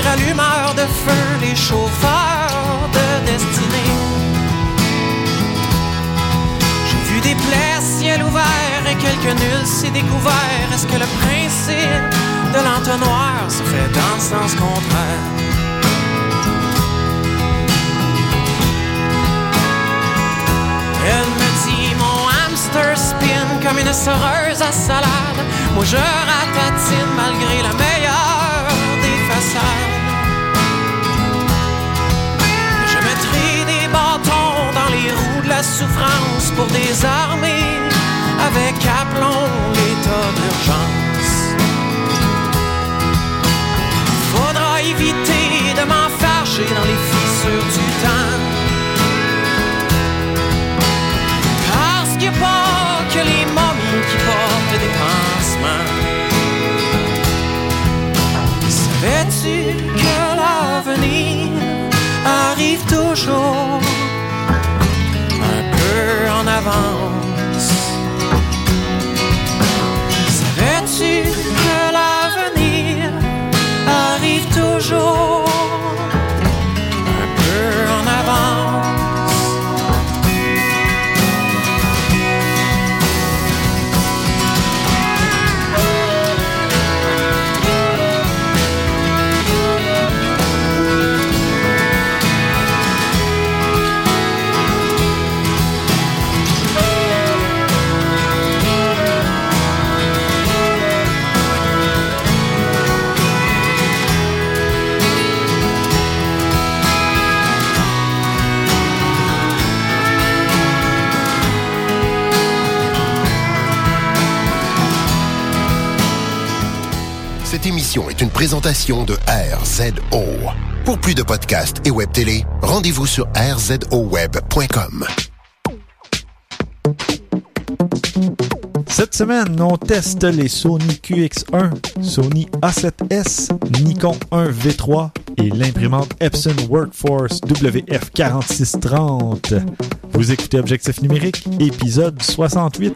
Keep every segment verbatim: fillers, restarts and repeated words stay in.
allumeurs de feu, les chauffeurs de destinée. J'ai vu des plaies, ciel ouvert et quelques nuls s'y découverts. Est-ce que le principe de l'entonnoir se fait dans le sens contraire? Elle me dit mon hamster spin comme une soreuse à salade. Moi je ratatine malgré la meilleure des façades. Je mettrai des bâtons dans les roues de la souffrance pour désarmer avec aplomb l'état d'urgence. Faudra éviter de m'enfarger dans les fissures du temps. Parce qu'il n'y a pas que les momies qui portent des pansements. Savais-tu que l'avenir arrive toujours un peu en avance? Savais-tu que l'avenir arrive toujours un peu en avance? Cette émission est une présentation de R Z O. Pour plus de podcasts et web télé, rendez-vous sur r z o web point com. Cette semaine, on teste les Sony Q X un, Sony A sept S, Nikon un V trois et l'imprimante Epson Workforce W F quarante-six trente. Vous écoutez Objectif numérique, épisode soixante-huit.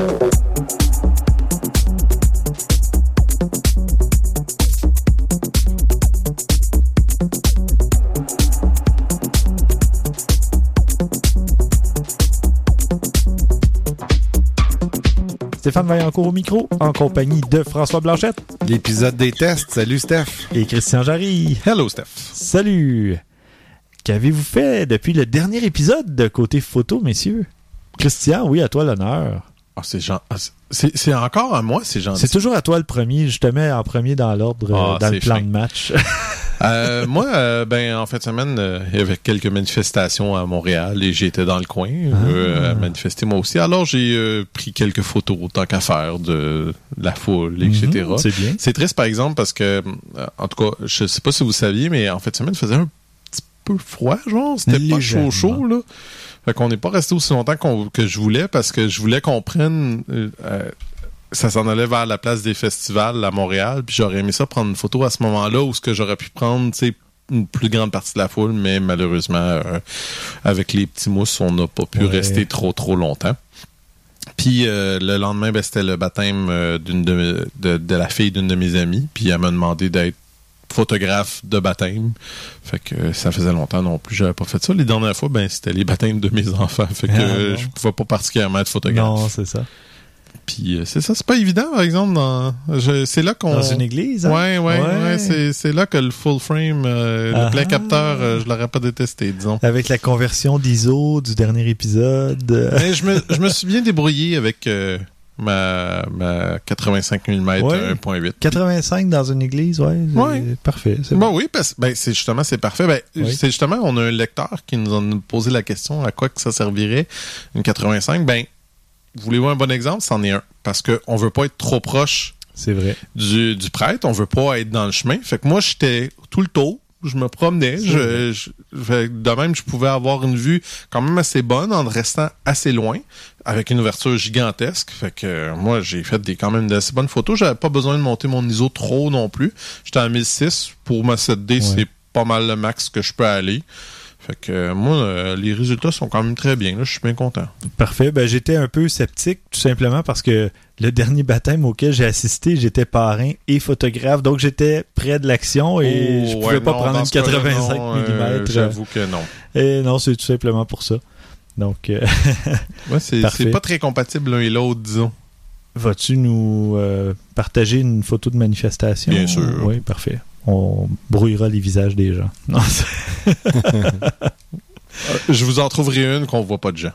Stéphane Vaillancourt au micro, en compagnie de François Blanchette. L'épisode des tests. Salut, Steph. Et Christian Jarry. Hello, Steph. Salut. Qu'avez-vous fait depuis le dernier épisode de Côté Photo, messieurs? Christian, oui, à toi l'honneur. Oh, c'est, gen... c'est, c'est encore à moi, c'est gentil. C'est toujours à toi le premier. Je te mets en premier dans l'ordre, oh, dans le plan fin. de match. euh, moi, euh, ben, en fin de semaine, euh, il y avait quelques manifestations à Montréal et j'étais dans le coin ah. euh, à manifester moi aussi. Alors, j'ai euh, pris quelques photos, tant qu'à faire, de la foule, et cetera. Mm-hmm, c'est bien. C'est triste, par exemple, parce que, euh, en tout cas, je sais pas si vous saviez, mais en fin de semaine, il faisait un petit peu froid, genre. C'était Légèrement. Pas chaud, chaud, là. Fait qu'on n'est pas resté aussi longtemps qu'on, que je voulais parce que je voulais qu'on prenne... Euh, ça s'en allait vers la place des festivals à Montréal, puis j'aurais aimé ça prendre une photo à ce moment-là où ce que j'aurais pu prendre, tu sais, une plus grande partie de la foule, mais malheureusement, euh, avec les petits mousses, on n'a pas pu ouais. rester trop, trop longtemps. Puis euh, le lendemain, ben, c'était le baptême euh, d'une de, de, de la fille d'une de mes amies, puis elle m'a demandé d'être photographe de baptême. Fait que euh, ça faisait longtemps non plus, j'avais pas fait ça. Les dernières fois, ben c'était les baptêmes de mes enfants. Fait que ah, euh, je pouvais pas particulièrement être photographe. Non, c'est ça. Puis euh, c'est ça, c'est pas évident, par exemple, dans je, c'est là qu'on... Dans une église, hein? Ouais, ouais, ouais, ouais c'est, c'est là que le full frame, euh, ah, le plein capteur, euh, je l'aurais pas détesté, disons. Avec la conversion d'I S O du dernier épisode. Mais je me, je me suis bien débrouillé avec... Euh, Ma, ma quatre-vingt-cinq millimètres ouais. un virgule huit. quatre-vingt-cinq dans une église, ouais. C'est ouais. parfait. C'est bon, bon. oui, parce ben, c'est justement, c'est parfait. Ben, oui. c'est justement, on a un lecteur qui nous a posé la question à quoi que ça servirait, une quatre-vingt-cinq. Ben, voulez-vous un bon exemple? C'en est un. Parce qu'on veut pas être trop proche. C'est vrai. Du, du prêtre. On veut pas être dans le chemin. Fait que moi, j'étais tout le tour. Je me promenais. Je, je, de même, je pouvais avoir une vue quand même assez bonne en restant assez loin, avec une ouverture gigantesque. Fait que euh, moi, j'ai fait des quand même d'assez bonnes photos. J'avais pas besoin de monter mon I S O trop non plus. J'étais à mille six. Pour ma sept D, ouais. c'est pas mal le max que je peux aller. Fait que euh, moi, euh, les résultats sont quand même très bien. Là, je suis bien content. Parfait. Ben, j'étais un peu sceptique, tout simplement parce que le dernier baptême auquel j'ai assisté, j'étais parrain et photographe, donc j'étais près de l'action et Oh, je pouvais ouais, pas non, prendre dans une ce cas-là, quatre-vingt-cinq non, euh, millimètres. J'avoue que non. Et non, c'est tout simplement pour ça. Donc, euh, Ouais, c'est, Parfait. c'est pas très compatible l'un et l'autre, disons. vas-tu nous euh, partager une photo de manifestation? Bien sûr. Oui, parfait. On brouillera les visages des gens. Non, c'est- Euh, je vous en trouverai une qu'on voit pas de gens.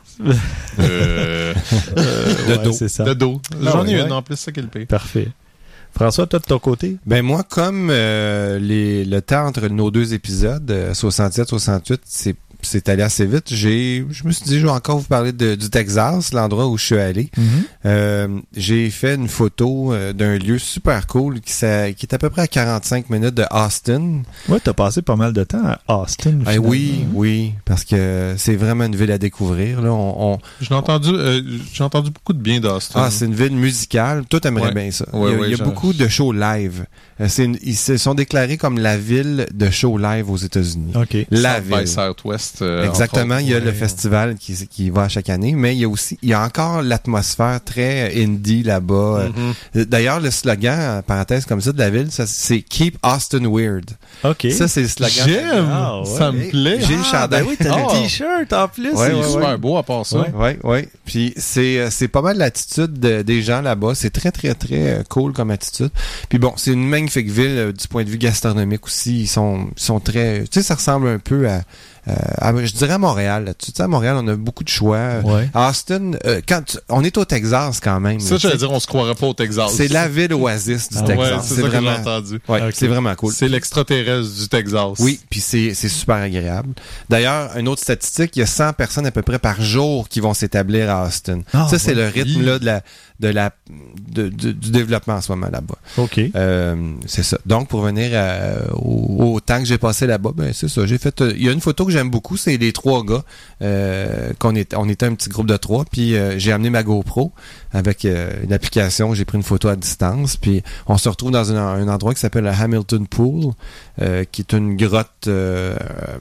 Euh, euh, ouais, dos. c'est ça. de dos. Ah J'en ai ouais, une ouais. en plus, c'est ça qui est le pire. Parfait. François, toi, de ton côté? Ben moi, comme euh, les, le temps entre nos deux épisodes, euh, soixante-sept soixante-huit, c'est c'est allé assez vite. J'ai, je me suis dit, je vais encore vous parler de, du Texas, l'endroit où je suis allé. Mm-hmm. Euh, j'ai fait une photo euh, d'un lieu super cool qui, ça, qui est à peu près à quarante-cinq minutes de Austin. Ouais, t'as passé pas mal de temps à Austin. Eh finalement. oui, oui, parce que c'est vraiment une ville à découvrir. Là. On, on- J'ai entendu, euh, j'ai entendu beaucoup de bien d'Austin. Ah, c'est une ville musicale. Toi, t'aimerais Ouais. bien ça. Ouais, il y a, ouais, il y a j'en- beaucoup de shows live. Euh, c'est une- ils se sont déclarés comme la ville de shows live aux États-Unis. OK. La South by ville. Southwest. euh, Exactement, entre il y a autres, le ouais. festival qui, qui va chaque année, mais il y a aussi, il y a encore l'atmosphère très indie là-bas. Mhm. D'ailleurs, le slogan, en parenthèse comme ça, de la ville, ça, c'est Keep Austin Weird. OK. Ça, c'est le slogan. J'aime! Ah, ouais. Ça me plaît! J'ai le chandail. Ben oui, t'as Ah. le t-shirt en plus. Ouais, C'est ouais, super ouais. beau à part ça. Ouais. Oui, oui. Puis c'est euh, c'est pas mal l'attitude de- des gens là-bas. C'est très, très, très euh, cool comme attitude. Puis bon, c'est une magnifique ville euh, du point de vue gastronomique aussi. Ils sont, ils sont très... Tu sais, ça ressemble un peu à... euh, à- je dirais à Montréal. Là. Tu sais, à Montréal, on a beaucoup de choix. Ouais. À Austin, euh, quand tu- on est au Texas quand même. Ça, là, j'allais tu sais. dire, on se croirait pas au Texas. C'est la ville oasis du Ah, Texas. Ouais, c'est, ça vraiment... que j'ai entendu. Ouais, Ok. c'est vraiment cool. C'est l'extraterrestre du Texas. Oui, puis c'est c'est super agréable. D'ailleurs, une autre statistique, il y a cent personnes à peu près par jour qui vont s'établir à Austin. Ah, ça, c'est ouais. le rythme là, de la, de la, de, de- du développement en ce moment là-bas. OK. Euh, c'est ça. Donc, pour venir à- au, au temps que j'ai passé là-bas, ben c'est ça. J'ai fait. euh, Il y a une photo que j'aime beaucoup, c'est les trois gars. Euh, qu'on est, on était un petit groupe de trois, puis euh, j'ai amené ma GoPro avec euh, une application. J'ai pris une photo à distance, puis on se retrouve dans un, un endroit qui s'appelle le Hamilton Pool, euh, qui est une grotte. Euh,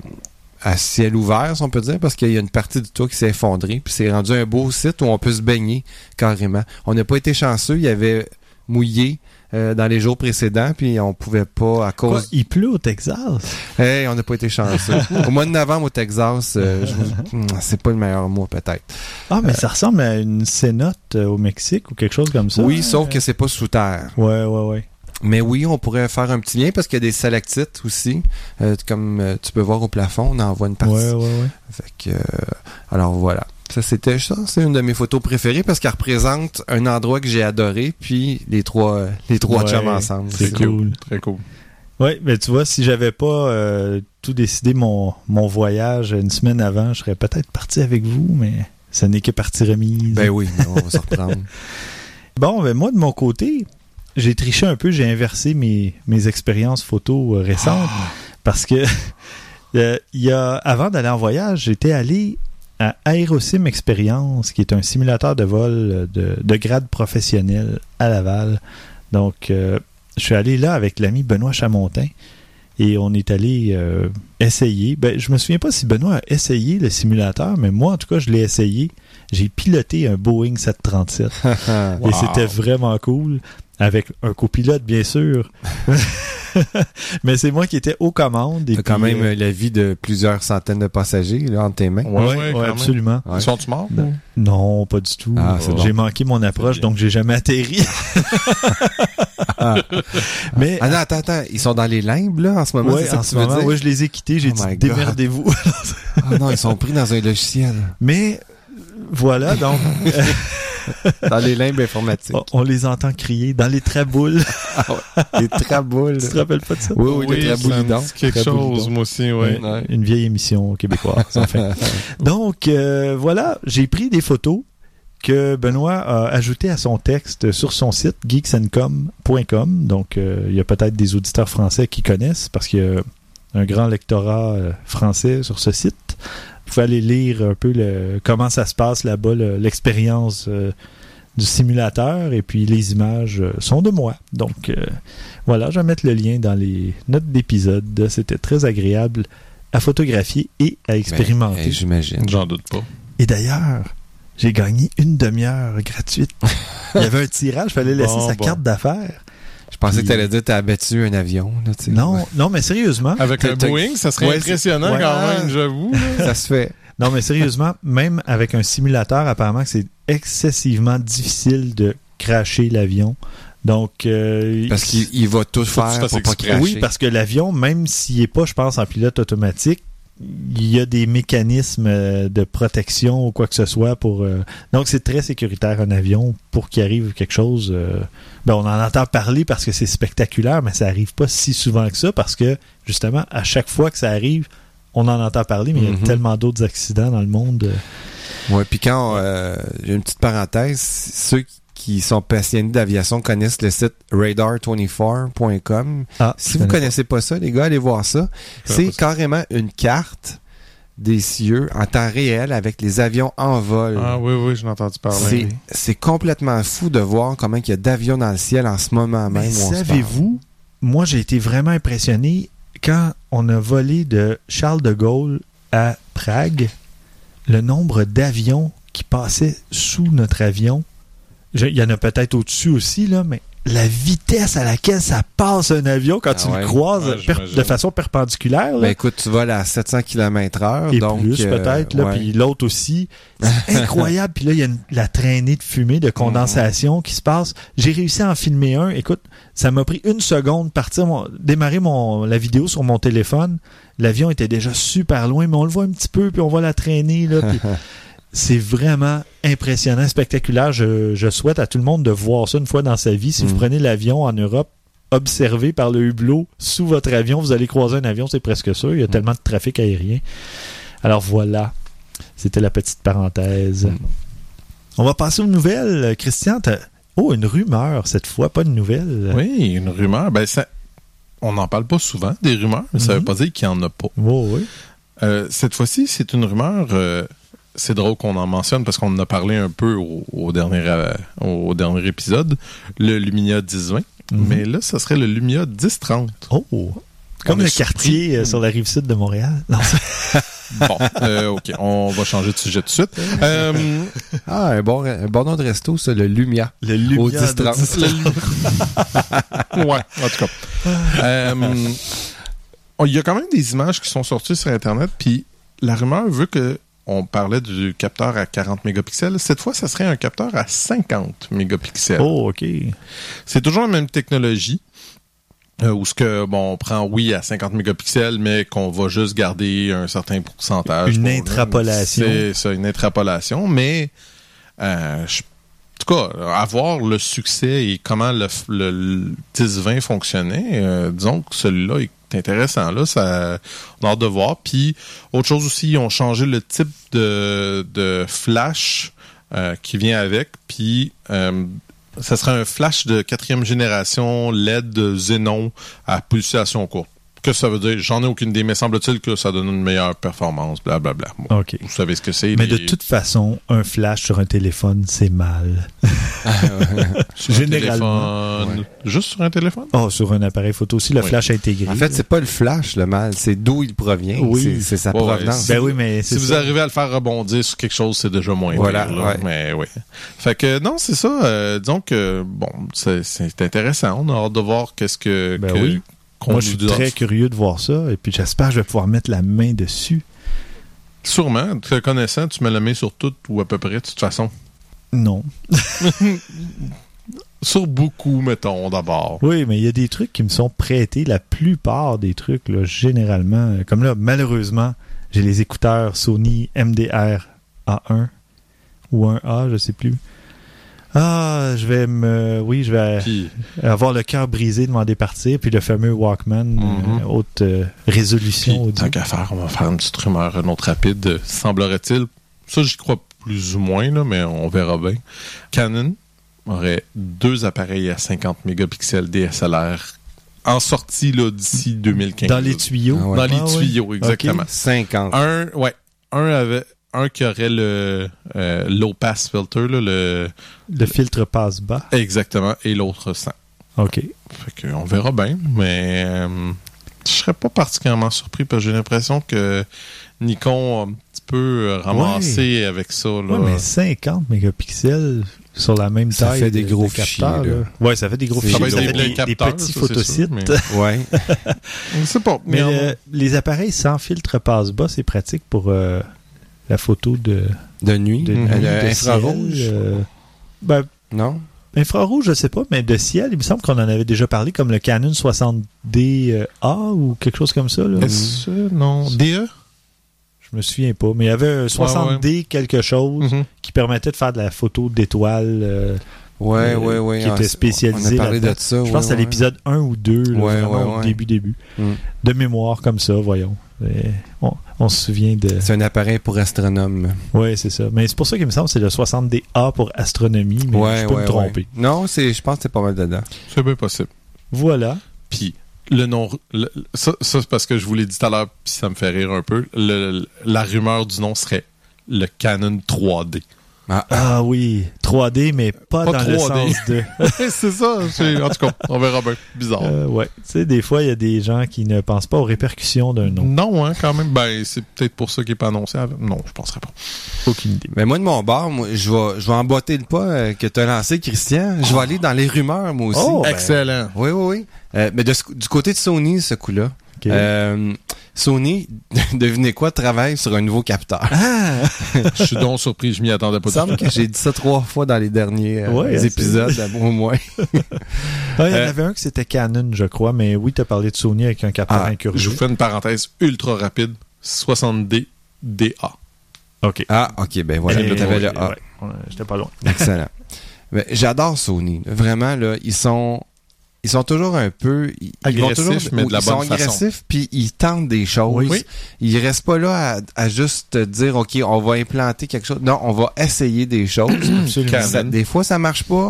à ciel ouvert, si on peut dire, parce qu'il y a une partie du toit qui s'est effondrée, puis c'est rendu un beau site où on peut se baigner carrément. On n'a pas été chanceux, il y avait mouillé euh, dans les jours précédents, puis on pouvait pas à Quoi, cause... il pleut au Texas? Hey, on n'a pas été chanceux. Au mois de novembre au Texas, euh, je vous- hmm, c'est pas le meilleur mois peut-être. Ah, mais ça ressemble à une cénote euh, au Mexique ou quelque chose comme ça. Oui, sauf que c'est pas sous terre. Ouais, ouais, ouais. Mais oui, on pourrait faire un petit lien parce qu'il y a des stalactites aussi, euh, comme euh, tu peux voir au plafond, on en voit une partie. Ouais, ouais, ouais. Fait que, euh, alors voilà. Ça, c'était ça. C'est une de mes photos préférées parce qu'elle représente un endroit que j'ai adoré, puis les trois, les trois Ouais, chums ensemble. c'est Très cool. Très cool. Oui, mais tu vois, si j'avais pas euh, tout décidé mon, mon voyage une semaine avant, je serais peut-être parti avec vous, mais ça n'est que partie remise. Ben oui, on va se reprendre. Bon, ben moi, de mon côté, j'ai triché un peu, j'ai inversé mes, mes expériences photos euh, récentes parce que euh, il y a, avant d'aller en voyage, j'étais allé à Aerosim Experience, qui est un simulateur de vol de, de grade professionnel à Laval. Donc, euh, je suis allé là avec l'ami Benoît Chamontin et on est allé euh, essayer. Ben, je me souviens pas si Benoît a essayé le simulateur, mais moi, en tout cas, je l'ai essayé. J'ai piloté un Boeing sept cent trente-sept Wow. et c'était vraiment cool. Avec un copilote, bien sûr. Mais c'est moi qui étais aux commandes. et T'as quand puis, même euh, euh, la vie de plusieurs centaines de passagers là, entre tes mains. Ouais, ouais, ouais, ouais, quand même. absolument. Ouais. Ils sont-tu morts? Non. Non, pas du tout. Ah, c'est J'ai bon. manqué mon approche, C'est bien. donc j'ai jamais atterri. Mais Ah non, attends, attends. Ils sont dans les limbes, là, en ce moment, ouais, c'est ça en que ce tu veux moment, dire? ouais, je les ai quittés. J'ai Oh dit my God. démerdez-vous. Ah non, ils sont pris dans un logiciel. Mais voilà, donc Dans les limbes informatiques. on, on les entend crier dans les traboules. Les traboules. Tu te rappelles pas de ça? Oui, oui, Oui, le ça me traboulidon. dit quelque Traboulidon. chose, moi aussi, oui. Ouais, une vieille émission québécoise, enfin. Donc, euh, voilà, j'ai pris des photos que Benoît a ajoutées à son texte sur son site geeks and com point com. Donc, euh, il y a peut-être des auditeurs français qui connaissent parce qu'il y a un grand lectorat euh, français sur ce site. Vous pouvez aller lire un peu le, comment ça se passe là-bas, le- l'expérience euh, du simulateur, et puis les images euh, sont de moi. Donc, euh, voilà, je vais mettre le lien dans les notes d'épisode. C'était très agréable à photographier et à expérimenter. Ben, j'imagine. J'en doute pas. Et d'ailleurs, j'ai gagné une demi-heure gratuite. Il y avait un tirage, il fallait laisser bon, sa bon. carte d'affaires. Je pensais Puis... que tu allais dire que tu as abattu un avion. Là, non, non, mais sérieusement. Avec un t'as... Boeing, ça serait ouais, impressionnant ouais. quand même, j'avoue. Ça se fait. Non, mais sérieusement, même avec un simulateur, apparemment que c'est excessivement difficile de crasher l'avion. Donc, euh, parce qu'il il va tout Faut que tu faire fasses pour pas exprès. cracher. oui, parce que l'avion, même s'il n'est pas, je pense, en pilote automatique, il y a des mécanismes de protection ou quoi que ce soit pour. Euh... Donc, c'est très sécuritaire un avion pour qu'il arrive quelque chose. Euh... Ben, on en entend parler parce que c'est spectaculaire, mais ça arrive pas si souvent que ça parce que justement, à chaque fois que ça arrive, on en entend parler, mais il y a Mm-hmm. tellement d'autres accidents dans le monde. Oui, puis quand euh, j'ai une petite parenthèse, ceux qui sont passionnés d'aviation connaissent le site radar vingt-quatre point com. Ah, Si vous ne connaissez pas ça, les gars, allez voir ça. C'est carrément une carte des cieux en temps réel avec les avions en vol. Ah oui, oui, j'en ai entendu parler. C'est, c'est complètement fou de voir comment il y a d'avions dans le ciel en ce moment même. Mais où on se savez-vous, moi j'ai été vraiment impressionné quand on a volé de Charles de Gaulle à Prague, le nombre d'avions qui passaient sous notre avion. Il y en a peut-être au-dessus aussi, là, mais la vitesse à laquelle ça passe un avion quand Ah tu ouais. le croises Ouais, per- j'imagine. de façon perpendiculaire. Là. Ben écoute, tu voles à sept cents kilomètres heure. Et donc, plus euh, peut-être, là, ouais. puis l'autre aussi. C'est incroyable. Puis là, il y a une- la traînée de fumée, de condensation qui se passe. J'ai réussi à en filmer un. Écoute, ça m'a pris une seconde partir, mon, démarrer mon, la vidéo sur mon téléphone. L'avion était déjà super loin, mais on le voit un petit peu, puis on voit la traîner. Là, puis c'est vraiment impressionnant, spectaculaire. Je, je souhaite à tout le monde de voir ça une fois dans sa vie. Si Mm. vous prenez l'avion en Europe, observez par le hublot sous votre avion, vous allez croiser un avion, c'est presque sûr. Il y a tellement de trafic aérien. Alors voilà, c'était la petite parenthèse. Mm. On va passer aux nouvelles. Christian, t'as... oh, une rumeur cette fois, pas une nouvelle. Oui, une rumeur. Ben, ça... On n'en parle pas souvent, des rumeurs, mais ça ne Mhm. veut pas dire qu'il n'y en a pas. Oh, oui. Euh, cette fois-ci, c'est une rumeur. Euh, c'est drôle qu'on en mentionne parce qu'on en a parlé un peu au, au, dernier, euh, au dernier épisode, le Lumia dix vingt. Mhm. Mais là, ce serait le Lumia dix trente. Oh, comme On le est quartier surpris. euh, sur la rive sud de Montréal. Non, ça- Bon, euh, OK, on va changer de sujet tout de suite. Euh, Ah, un bon, un bon nom de resto, ça, le Lumia. le Lumia Au dix de trente. dix ouais, en tout cas. Euh, Il y a quand même des images qui sont sorties sur Internet, puis la rumeur veut que on parlait du capteur à quarante mégapixels. Cette fois, ça serait un capteur à cinquante mégapixels. Oh, OK. C'est toujours la même technologie. Euh, où ce que, bon, on prend, oui, à cinquante mégapixels, mais qu'on va juste garder un certain pourcentage. Une pour- intrapolation. C'est ça, une intrapolation, mais euh, je- en tout cas, avoir le succès et comment le, le, le dix vingt fonctionnait, euh, disons que celui-là est intéressant. Là, ça, on a hâte de voir. Puis, autre chose aussi, ils ont changé le type de, de flash euh, qui vient avec. Puis, euh, ça serait un flash de quatrième génération L E D Xenon à pulsation courte. Qu'est-ce que ça veut dire? J'en ai aucune idée, mais semble-t-il que ça donne une meilleure performance, blablabla. Bon, OK. vous savez ce que c'est. Mais les- de toute façon, un flash sur un téléphone, c'est mal. sur un généralement. téléphone- Juste sur un téléphone? Oh, sur un appareil photo aussi, le Oui. flash intégré. En fait, c'est pas le flash, le mal, c'est d'où il provient. Oui. C'est, c'est sa Ouais, ouais, provenance. Ben oui, mais Si c'est vous ça. arrivez à le faire rebondir sur quelque chose, c'est déjà moins Voilà, pire, là. ouais. Mais oui. Fait que non, c'est ça. Euh, disons que bon, c'est, c'est intéressant. On a hâte de voir qu'est-ce que, Ben que- oui. qu'on Moi, je suis nous offre. très curieux de voir ça. Et puis, j'espère que je vais pouvoir mettre la main dessus. Sûrement, te connaissant, tu mets la main sur tout ou à peu près, de toute façon. Non. Sur beaucoup, mettons, d'abord. Oui, mais il y a des trucs qui me sont prêtés. La plupart des trucs, là, généralement. Comme là, malheureusement, j'ai les écouteurs Sony M D R A un ou un A, je sais plus. Ah, je vais me... Oui, je vais Puis, avoir le cœur brisé de m'en départir. Puis le fameux Walkman, Mhm. euh, haute euh, résolution puis, audio. tant qu'à faire, on va faire une petite rumeur, une autre rapide, semblerait-il. Ça, j'y crois plus ou moins, là, mais on verra bien. Canon aurait deux appareils à cinquante mégapixels D S L R en sortie là, d'ici deux mille quinze. Dans les tuyaux. Ah ouais. Dans les Ah ouais. tuyaux, exactement. cinquante. Un, ouais, un avait un qui aurait le euh, low pass filter, là, le Le filtre passe bas. exactement, et l'autre sans. OK. Fait que on verra bien, mais euh, je serais pas particulièrement surpris parce que j'ai l'impression que Nikon a un petit peu ramassé ouais. avec ça. Là. Ouais, mais cinquante mégapixels sur la même ça taille fait des de, gros de capteurs. fichiers, là. Ouais, ça fait des gros C'est fichiers. Ça des fait des, capteurs, des petits ça, photosites. sûr, mais... Ouais. Je sais pas. Mais mais euh, les appareils sans filtre passe-bas, c'est pratique pour euh, la photo de, de nuit. de, Mmh. nuit, Euh, de infrarouge. ciel, euh, ben, non? infrarouge, je sais pas, mais de ciel, il me semble qu'on en avait déjà parlé, comme le Canon soixante D A ou quelque chose comme ça. Là. Est-ce que non? D E? Je me souviens pas, mais il y avait un soixante D ouais, ouais. quelque chose mm-hmm. qui permettait de faire de la photo d'étoiles. Euh, ouais, euh, ouais, ouais. Qui était spécialisé. On a parlé de ça. Je ouais, pense que c'était ouais. l'épisode un ou deux, là, ouais, vraiment ouais, au ouais. début, début. Mm. De mémoire comme ça, voyons. Et on, on se souvient de... C'est un appareil pour astronome. Oui, c'est ça. Mais c'est pour ça qu'il me semble que c'est le soixante D A pour astronomie, mais ouais, je peux ouais, me tromper. Ouais. Non, c'est, je pense que c'est pas mal dedans. C'est bien possible. Voilà. Puis, le nom... Le, ça, ça, c'est parce que je vous l'ai dit tout à l'heure, puis ça me fait rire un peu. Le, la rumeur du nom serait le Canon trois D. Ah, ah oui, trois D, mais pas, pas dans trois D. Le sens de... c'est ça. C'est, en tout cas, on verra bien. Bizarre. Euh, ouais. Tu sais, des fois, il y a des gens qui ne pensent pas aux répercussions d'un nom. Non, hein, quand même. Ben, c'est peut-être pour ça qu'il n'est pas annoncé. Non, je penserais pas. Aucune idée. Mais moi, de mon bord, moi, je vais, je vais emboîter le pas euh, que tu as lancé, Christian. Je vais aller dans les rumeurs, moi aussi. Oh, ben... Excellent. Oui, oui, oui. Euh, mais de, du côté de Sony, ce coup-là, okay. euh, Sony, devinez quoi, travaille sur un nouveau capteur. Ah! Je suis donc surpris, je m'y attendais pas. Il me semble que j'ai dit ça trois fois dans les derniers euh, ouais, épisodes, c'est... au moins. ah, il y en euh, avait un que c'était Canon, je crois, mais oui, tu as parlé de Sony avec un capteur ah, incurvé. Je vous fais une parenthèse ultra rapide. soixante D D A. OK. Ah, OK, ben voilà, tu avais le A. Ouais, j'étais pas loin. Excellent. Mais j'adore Sony. Vraiment, là, ils sont... Ils sont toujours un peu... Ils agressifs, vont toujours, mais de la ils bonne sont agressifs, puis ils tentent des choses. Oui. Ils restent pas là à, à juste dire, OK, on va implanter quelque chose. Non, on va essayer des choses. Ça, des fois, ça marche pas.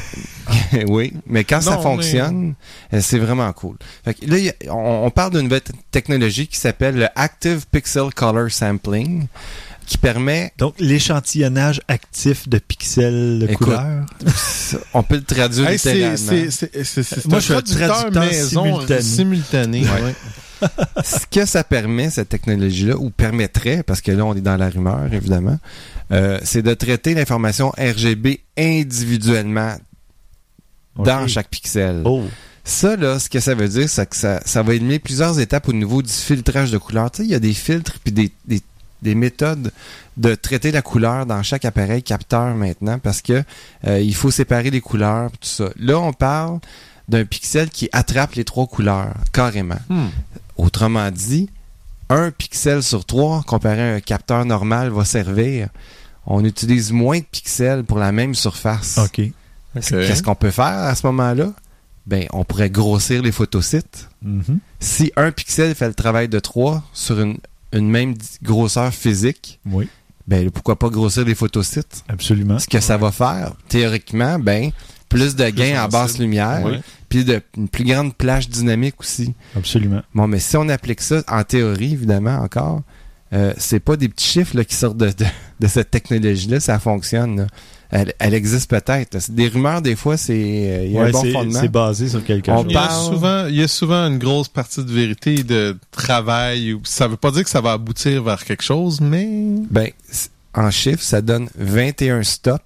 oui, mais quand non, ça fonctionne, mais... c'est vraiment cool. Fait que là, y a, on, on parle d'une nouvelle technologie qui s'appelle le Active Pixel Color Sampling, qui permet... Donc, l'échantillonnage actif de pixels de Écoute, couleur. On peut le traduire hey, littéralement. C'est, c'est, c'est, c'est, c'est Moi, un je suis un traducteur maison simultané. simultané. Ouais. Ce que ça permet, cette technologie-là, ou permettrait, parce que là, on est dans la rumeur, évidemment, euh, c'est de traiter l'information R G B individuellement okay. dans chaque pixel. Oh. Ça, là, ce que ça veut dire, c'est que ça, ça va éliminer plusieurs étapes au niveau du filtrage de couleurs. Tu sais, il y a des filtres puis des, des des méthodes de traiter la couleur dans chaque appareil capteur maintenant parce que euh, il faut séparer les couleurs tout ça. Là, on parle d'un pixel qui attrape les trois couleurs, carrément. Hmm. Autrement dit, un pixel sur trois, comparé à un capteur normal, va servir. On utilise moins de pixels pour la même surface. OK. okay. Qu'est-ce qu'on peut faire à ce moment-là? Ben, on pourrait grossir les photosites. Mm-hmm. Si un pixel fait le travail de trois sur une une même grosseur physique, oui. ben pourquoi pas grossir les photosites? Absolument. Ce que ça va faire, théoriquement, ben plus de gains en basse lumière, oui. puis de, une plus grande plage dynamique aussi. Absolument. Bon, mais si on applique ça, en théorie, évidemment, encore, euh, c'est pas des petits chiffres là, qui sortent de, de, de cette technologie-là, ça fonctionne. Là. Elle, elle existe peut-être. C'est des rumeurs, des fois, c'est il y a ouais, un bon c'est, fondement. C'est basé sur quelque on chose. Il y, a souvent, il y a souvent une grosse partie de vérité, de travail. Ça veut pas dire que ça va aboutir vers quelque chose, mais... Ben, en chiffres, ça donne vingt et un stops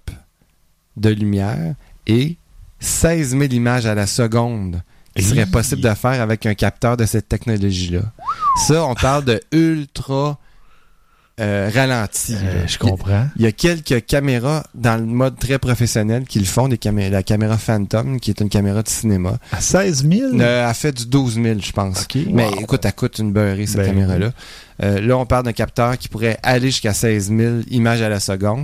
de lumière et seize mille images à la seconde qui serait possible de faire avec un capteur de cette technologie-là. Ça, on parle de ultra... Euh, ralenti. Euh, je comprends. Il y a quelques caméras dans le mode très professionnel qui le font, des camé- la caméra Phantom, qui est une caméra de cinéma. À seize mille? Euh, elle fait du douze mille, je pense. Okay. Mais wow. écoute, elle coûte une beurrée, cette ben, caméra-là. Euh, là, on parle d'un capteur qui pourrait aller jusqu'à seize mille images à la seconde.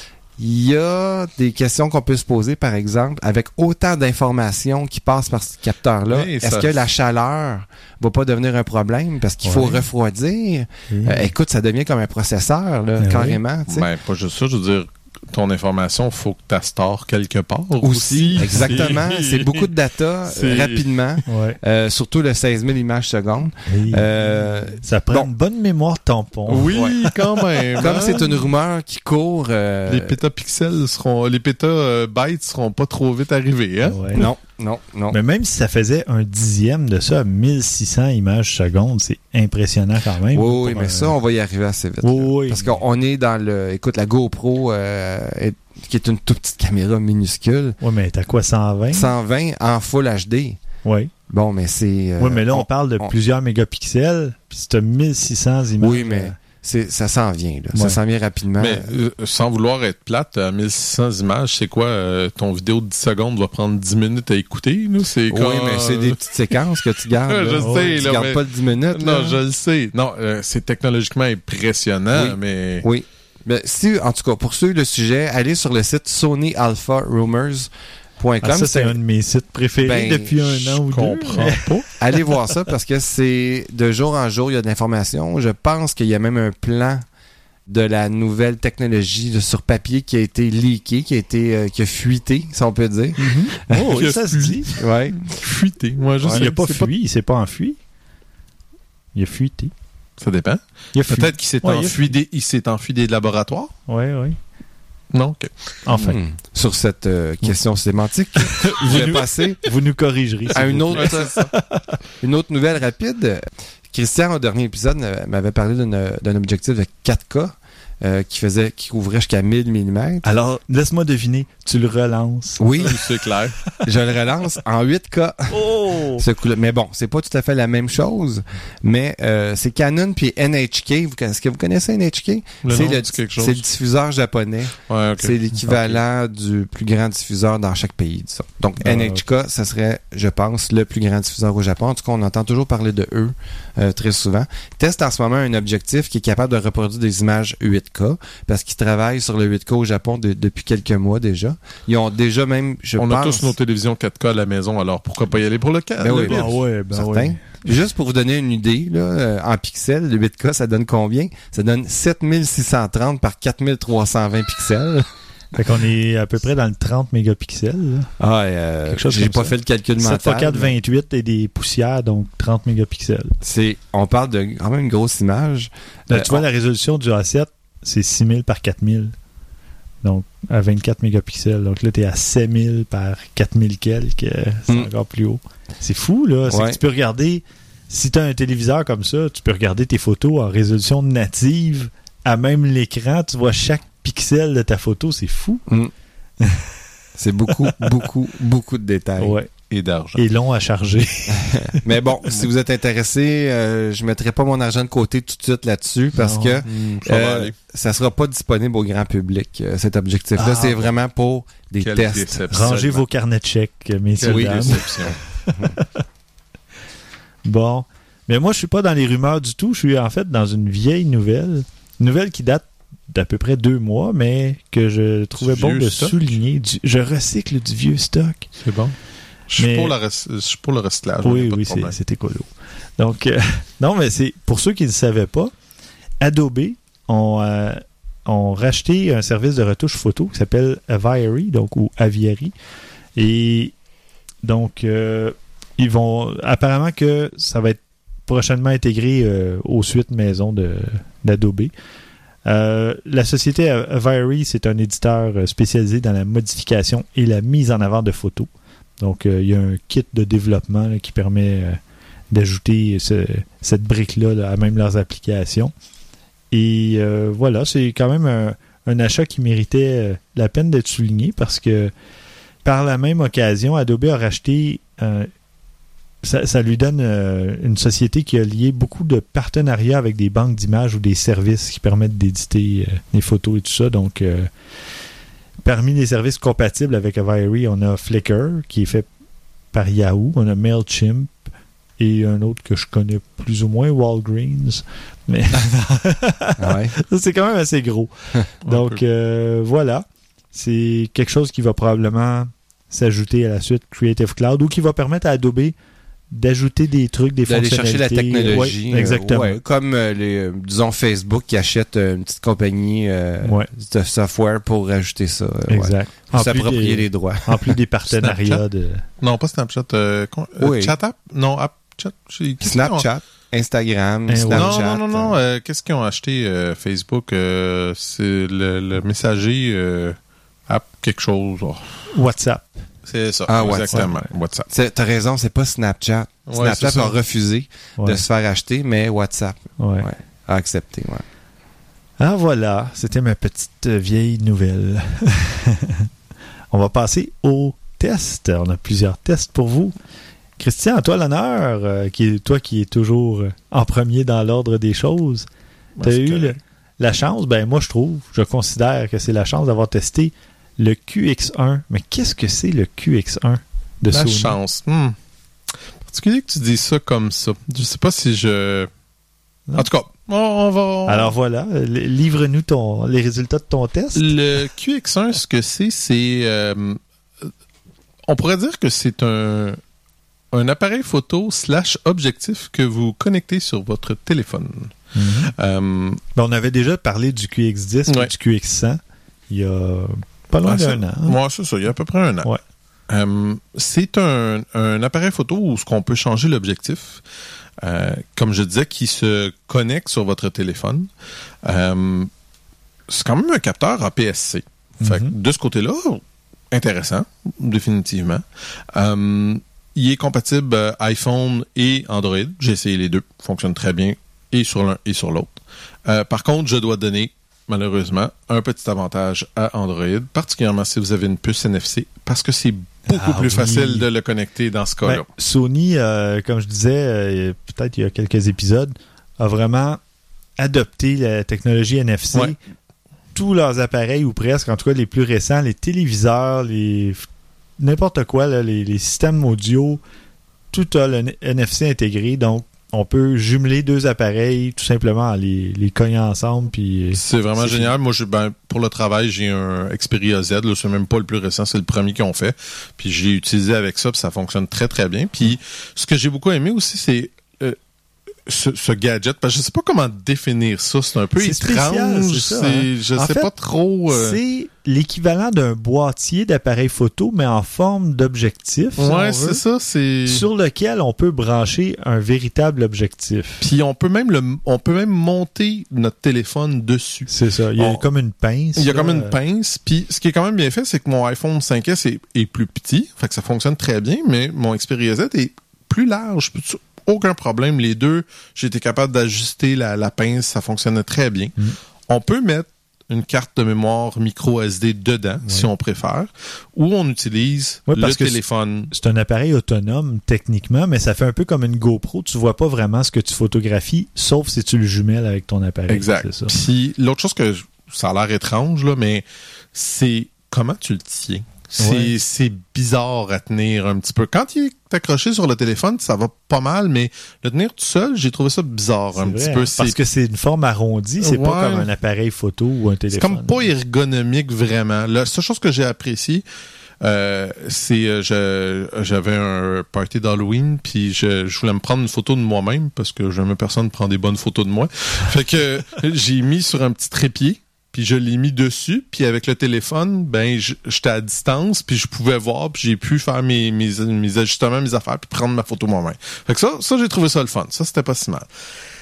Il y a des questions qu'on peut se poser, par exemple, avec autant d'informations qui passent par ce capteur-là. Oui, est-ce ça... que la chaleur va pas devenir un problème parce qu'il ouais. faut refroidir? Oui. Euh, écoute, ça devient comme un processeur, là, ben carrément. Oui. Ben, pas juste ça, je veux dire, ton information, il faut que tu la stores quelque part aussi. aussi. Exactement. C'est beaucoup de data c'est... rapidement. Ouais. Euh, surtout le seize mille images secondes. Oui. Euh, ça prend bon. une bonne mémoire tampon. Oui, ouais. quand même. Comme hein? C'est une rumeur qui court... Euh... Les pétapixels seront... Les pétabytes seront pas trop vite arrivés. Hein? Ouais. Non. Non, non. Mais même si ça faisait un dixième de ça, mille six cents images secondes, c'est impressionnant quand même. Oui, oui, mais un... ça, on va y arriver assez vite. Oui, oui. Parce qu'on est dans le... Écoute, la GoPro, euh, est- qui est une toute petite caméra minuscule, Oui, mais t'as quoi, cent vingt? cent vingt en Full H D. Oui. Bon, mais c'est... euh, Oui, mais là, on, on- parle de on- plusieurs mégapixels, puis c'est mille six cents images. Oui, mais c'est, ça s'en vient, là. Ça Ouais. s'en vient rapidement. Mais euh, sans vouloir être plate, à mille six cents images, c'est quoi? euh, ton vidéo de dix secondes va prendre dix minutes à écouter? Là, c'est Oui, comme, mais c'est des petites séquences que tu gardes. Je là. sais, tu là, gardes mais- pas le dix minutes. Non, là. je le sais. Non, euh, c'est technologiquement impressionnant, Oui. mais... Oui. Mais si, en tout cas, pour suivre le sujet, allez sur le site sony alpha rumors point com. Ah, ça, c'est un de mes sites préférés Ben, depuis un je an ou comprends deux. pas. Allez voir ça parce que c'est de jour en jour, il y a de l'information. Je pense qu'il y a même un plan de la nouvelle technologie de- sur papier qui a été leaké, qui a été euh, qui a fuité, si on peut dire. Oh, Il a oui, ça se dit. Ouais. Fuité. Moi, je Ouais, sais, il n'a pas c'est fui, il s'est pas enfui. Il a fuité. Ça dépend. Il a fui. Peut-être qu'il s'est Ouais, il a enfui des... il s'est enfui des laboratoires. Oui, oui. Non, ok. Enfin, Hmm. Sur cette euh, question sémantique, je vais nous- passer vous nous corrigerez. à s'il une vous plaît. autre, une autre nouvelle rapide. Christian, au dernier épisode, euh, m'avait parlé d'une- d'un objectif de quatre K euh, qui faisait, qui couvrait jusqu'à mille millimètres. Alors, laisse-moi deviner, tu le relances. Oui, C'est clair. je le relance en huit K. Oh! Ce coup-là. Mais bon, c'est pas tout à fait la même chose. Mais euh, c'est Canon puis N H K. Vous, est-ce que vous connaissez N H K? Le C'est nom le, dit quelque chose. c'est le diffuseur japonais. Ouais, ok. C'est l'équivalent du plus grand diffuseur dans chaque pays, disons. Donc, Ah, N H K, ça serait, je pense, le plus grand diffuseur au Japon. En tout cas, on entend toujours parler de eux euh, très souvent. Teste en ce moment un objectif qui est capable de reproduire des images huit K parce qu'ils travaillent sur le huit K au Japon de- depuis quelques mois déjà. Ils ont déjà même, je On pense... a tous nos télévisions quatre K à la maison, alors pourquoi pas y aller pour le quatre? Ben oui, le ben Ah ouais, ben Certain. ouais. Puis juste pour vous donner une idée, là, euh, en pixels, le huit K, ça donne combien? Ça donne sept mille six cent trente par quatre mille trois cent vingt pixels. Fait qu'on est à peu près dans le trente mégapixels. là. Ah, euh, Quelque chose j'ai comme pas ça. fait le calcul mental. sept fois quatre, mais vingt-huit et des poussières, donc trente mégapixels. C'est, on parle de quand même une grosse image. Là, Euh, tu vois, on- la résolution du A sept, c'est six mille par quatre mille. Donc, à vingt-quatre mégapixels. Donc là, tu es à sept mille par quatre mille quelques. euh, C'est Mm. encore plus haut. C'est fou, là. C'est Ouais. que tu peux regarder... Si tu as un téléviseur comme ça, tu peux regarder tes photos en résolution native à même l'écran. Tu vois chaque pixel de ta photo. C'est fou. Mm. C'est beaucoup, beaucoup, beaucoup de détails. Ouais. Et d'argent. Et long à charger. Mais bon, si vous êtes intéressé, euh, je mettrai pas mon argent de côté tout de suite là-dessus parce Non. que Hmm, ça va euh, aller. ça sera pas disponible au grand public, euh, cet objectif-là. Ah, c'est bon. vraiment pour des Quelle tests. déception. Rangez vos carnets de chèques, messieurs, Quelle dames. déception. Bon. Mais moi, je suis pas dans les rumeurs du tout. Je suis en fait dans une vieille nouvelle. Une nouvelle qui date d'à peu près deux mois, mais que je trouvais Du bon vieux de stock? souligner. Du- je recycle du vieux stock. C'est bon. Je suis Mais- pour, la rec- je suis pour le recyclage. y a Oui, pas de oui, c'est, problème. c'est écolo. Donc, euh, non, mais c'est pour ceux qui ne le savaient pas, Adobe ont, euh, ont racheté un service de retouche photo qui s'appelle Aviary, donc, ou Aviary. Et donc, euh, ils vont. Apparemment que ça va être prochainement intégré euh, aux suites maison de, d'Adobe. Euh, la société Aviary, c'est un éditeur euh, spécialisé dans la modification et la mise en avant de photos. Donc, euh, il y a un kit de développement là, qui permet euh, d'ajouter ce- cette brique-là là, à même leurs applications. Et euh, voilà, c'est quand même un, un achat qui méritait euh, la peine d'être souligné parce que par la même occasion, Adobe a racheté, euh, ça, ça lui donne euh, une société qui a lié beaucoup de partenariats avec des banques d'images ou des services qui permettent d'éditer euh, des photos et tout ça. Donc, euh, parmi les services compatibles avec Aviary, on a Flickr, qui est fait par Yahoo. On a MailChimp et un autre que je connais plus ou moins, Walgreens. Mais Ouais. ça, c'est quand même assez gros. Donc, peu. euh, voilà. C'est quelque chose qui va probablement s'ajouter à la suite Creative Cloud ou qui va permettre à Adobe d'ajouter des trucs, des D'aller fonctionnalités. chercher la technologie. Ouais, exactement. euh, ouais, comme euh, les, euh, disons, Facebook qui achète euh, une petite compagnie euh, Ouais. de software pour rajouter ça. euh, ouais. Exact. Pour En plus, s'approprier des, les droits. en plus des partenariats de... Non, pas Snapchat. Euh, con- euh, Oui. Chat app? Non, app chat. j'ai- qu'est-ce qu'ils ont- Snapchat, Instagram, Eh, ouais. Snapchat. Non, non, non, non. euh, Qu'est-ce qu'ils ont acheté euh, Facebook? Euh, c'est le, le messager euh, app quelque chose. Oh. WhatsApp. C'est ça, Ah, exactement. WhatsApp. WhatsApp. C'est, t'as raison, c'est pas Snapchat. Ouais, Snapchat c'est ça. a refusé Ouais. de se faire acheter, mais WhatsApp Ouais. ouais, a accepté. Ouais. Ah voilà, c'était ma petite euh, vieille nouvelle. On va passer au test. On a plusieurs tests pour vous. Christian, à toi l'honneur, euh, qui est, toi qui es toujours euh, en premier dans l'ordre des choses. Ouais, Tu as c'est eu le- correct. la chance, ben moi je trouve, je considère que c'est la chance d'avoir testé le Q X un. Mais qu'est-ce que c'est le Q X un de La Sony? chance. Hmm. Particulier que tu dis ça comme ça. Je sais pas si je... Non. En tout cas, on, on va... Alors voilà, euh, livre-nous ton, les résultats de ton test. Le Q X un, ce que c'est, c'est... euh, on pourrait dire que c'est un, un appareil photo slash objectif que vous connectez sur votre téléphone. Mhm. Euh, Ben, on avait déjà parlé du Q X dix Ouais. et du Q X cent il y a pas loin ah, c'est- d'un an. hein. ouais, c'est ça, il y a à peu près un an. Ouais. Euh, c'est un, un appareil photo où ce qu'on peut changer l'objectif, euh, comme je disais, qui se connecte sur votre téléphone. Euh, c'est quand même un capteur A P S C. Fait que Mhm. de ce côté-là, intéressant, définitivement. Euh, il est compatible euh, iPhone et Android. J'ai essayé les deux. Fonctionne très bien et sur l'un et sur l'autre. Euh, par contre, je dois donner, malheureusement, un petit avantage à Android, particulièrement si vous avez une puce N F C, parce que c'est beaucoup Ah plus oui. facile de le connecter dans ce cas-là. Ben, Sony, euh, comme je disais, euh, peut-être il y a quelques épisodes, a vraiment adopté la technologie N F C. Ouais. Tous leurs appareils, ou presque, en tout cas les plus récents, les téléviseurs, les n'importe quoi, là, les, les systèmes audio, tout a le N F C intégré. Donc, on peut jumeler deux appareils tout simplement en les, les cognant ensemble. Puis, C'est vraiment c'est génial. Moi, je, ben, pour le travail, j'ai un Xperia Z. Là, c'est même pas le plus récent, c'est le premier qu'ils ont fait. Puis je l'ai utilisé avec ça, puis ça fonctionne très, très bien. Puis ce que j'ai beaucoup aimé aussi, c'est euh, ce, ce gadget. Parce que je sais pas comment définir ça. C'est un peu C'est spécial, étrange. c'est ça, C'est- hein. Je En sais fait, pas trop. euh, c'est l'équivalent d'un boîtier d'appareil photo, mais en forme d'objectif. si on Ouais, veut, c'est ça. C'est. sur lequel on peut brancher un véritable objectif. Puis on peut même le, on peut même monter notre téléphone dessus. C'est ça. Il y a On- comme une pince. Il y a là. comme une pince, puis ce qui est quand même bien fait, c'est que mon iPhone cinq S est, est plus petit, fait que ça fonctionne très bien, mais mon Xperia Z est plus large, plus- aucun problème. Les deux, j'ai été capable d'ajuster la, la pince, ça fonctionnait très bien. Mm. On peut mettre une carte de mémoire micro S D dedans, si on préfère, ou on utilise Ouais, le parce que téléphone. C'est un appareil autonome techniquement, mais ça fait un peu comme une GoPro. Tu vois pas vraiment ce que tu photographies, sauf si tu le jumelles avec ton appareil. Exact. C'est ça. Puis l'autre chose que je- ça a l'air étrange, là, mais c'est comment tu le tiens. C'est, Ouais. c'est bizarre à tenir un petit peu. Quand il est accroché sur le téléphone, ça va pas mal, mais le tenir tout seul, j'ai trouvé ça bizarre un C'est petit vrai, peu. hein, C'est, parce que c'est une forme arrondie, c'est Ouais. pas comme un appareil photo ou un c'est téléphone. comme pas ergonomique vraiment. La seule chose que j'ai apprécié, euh, c'est euh, je, j'avais un party d'Halloween, puis je, je voulais me prendre une photo de moi-même parce que jamais personne prend des bonnes photos de moi. Fait que j'ai mis sur un petit trépied. Puis je l'ai mis dessus, puis avec le téléphone, ben je- j'étais à distance, puis je pouvais voir, puis j'ai pu faire mes, mes, mes ajustements, mes affaires, puis prendre ma photo moi-même. Fait que ça, ça j'ai trouvé ça le fun. Ça, c'était pas si mal.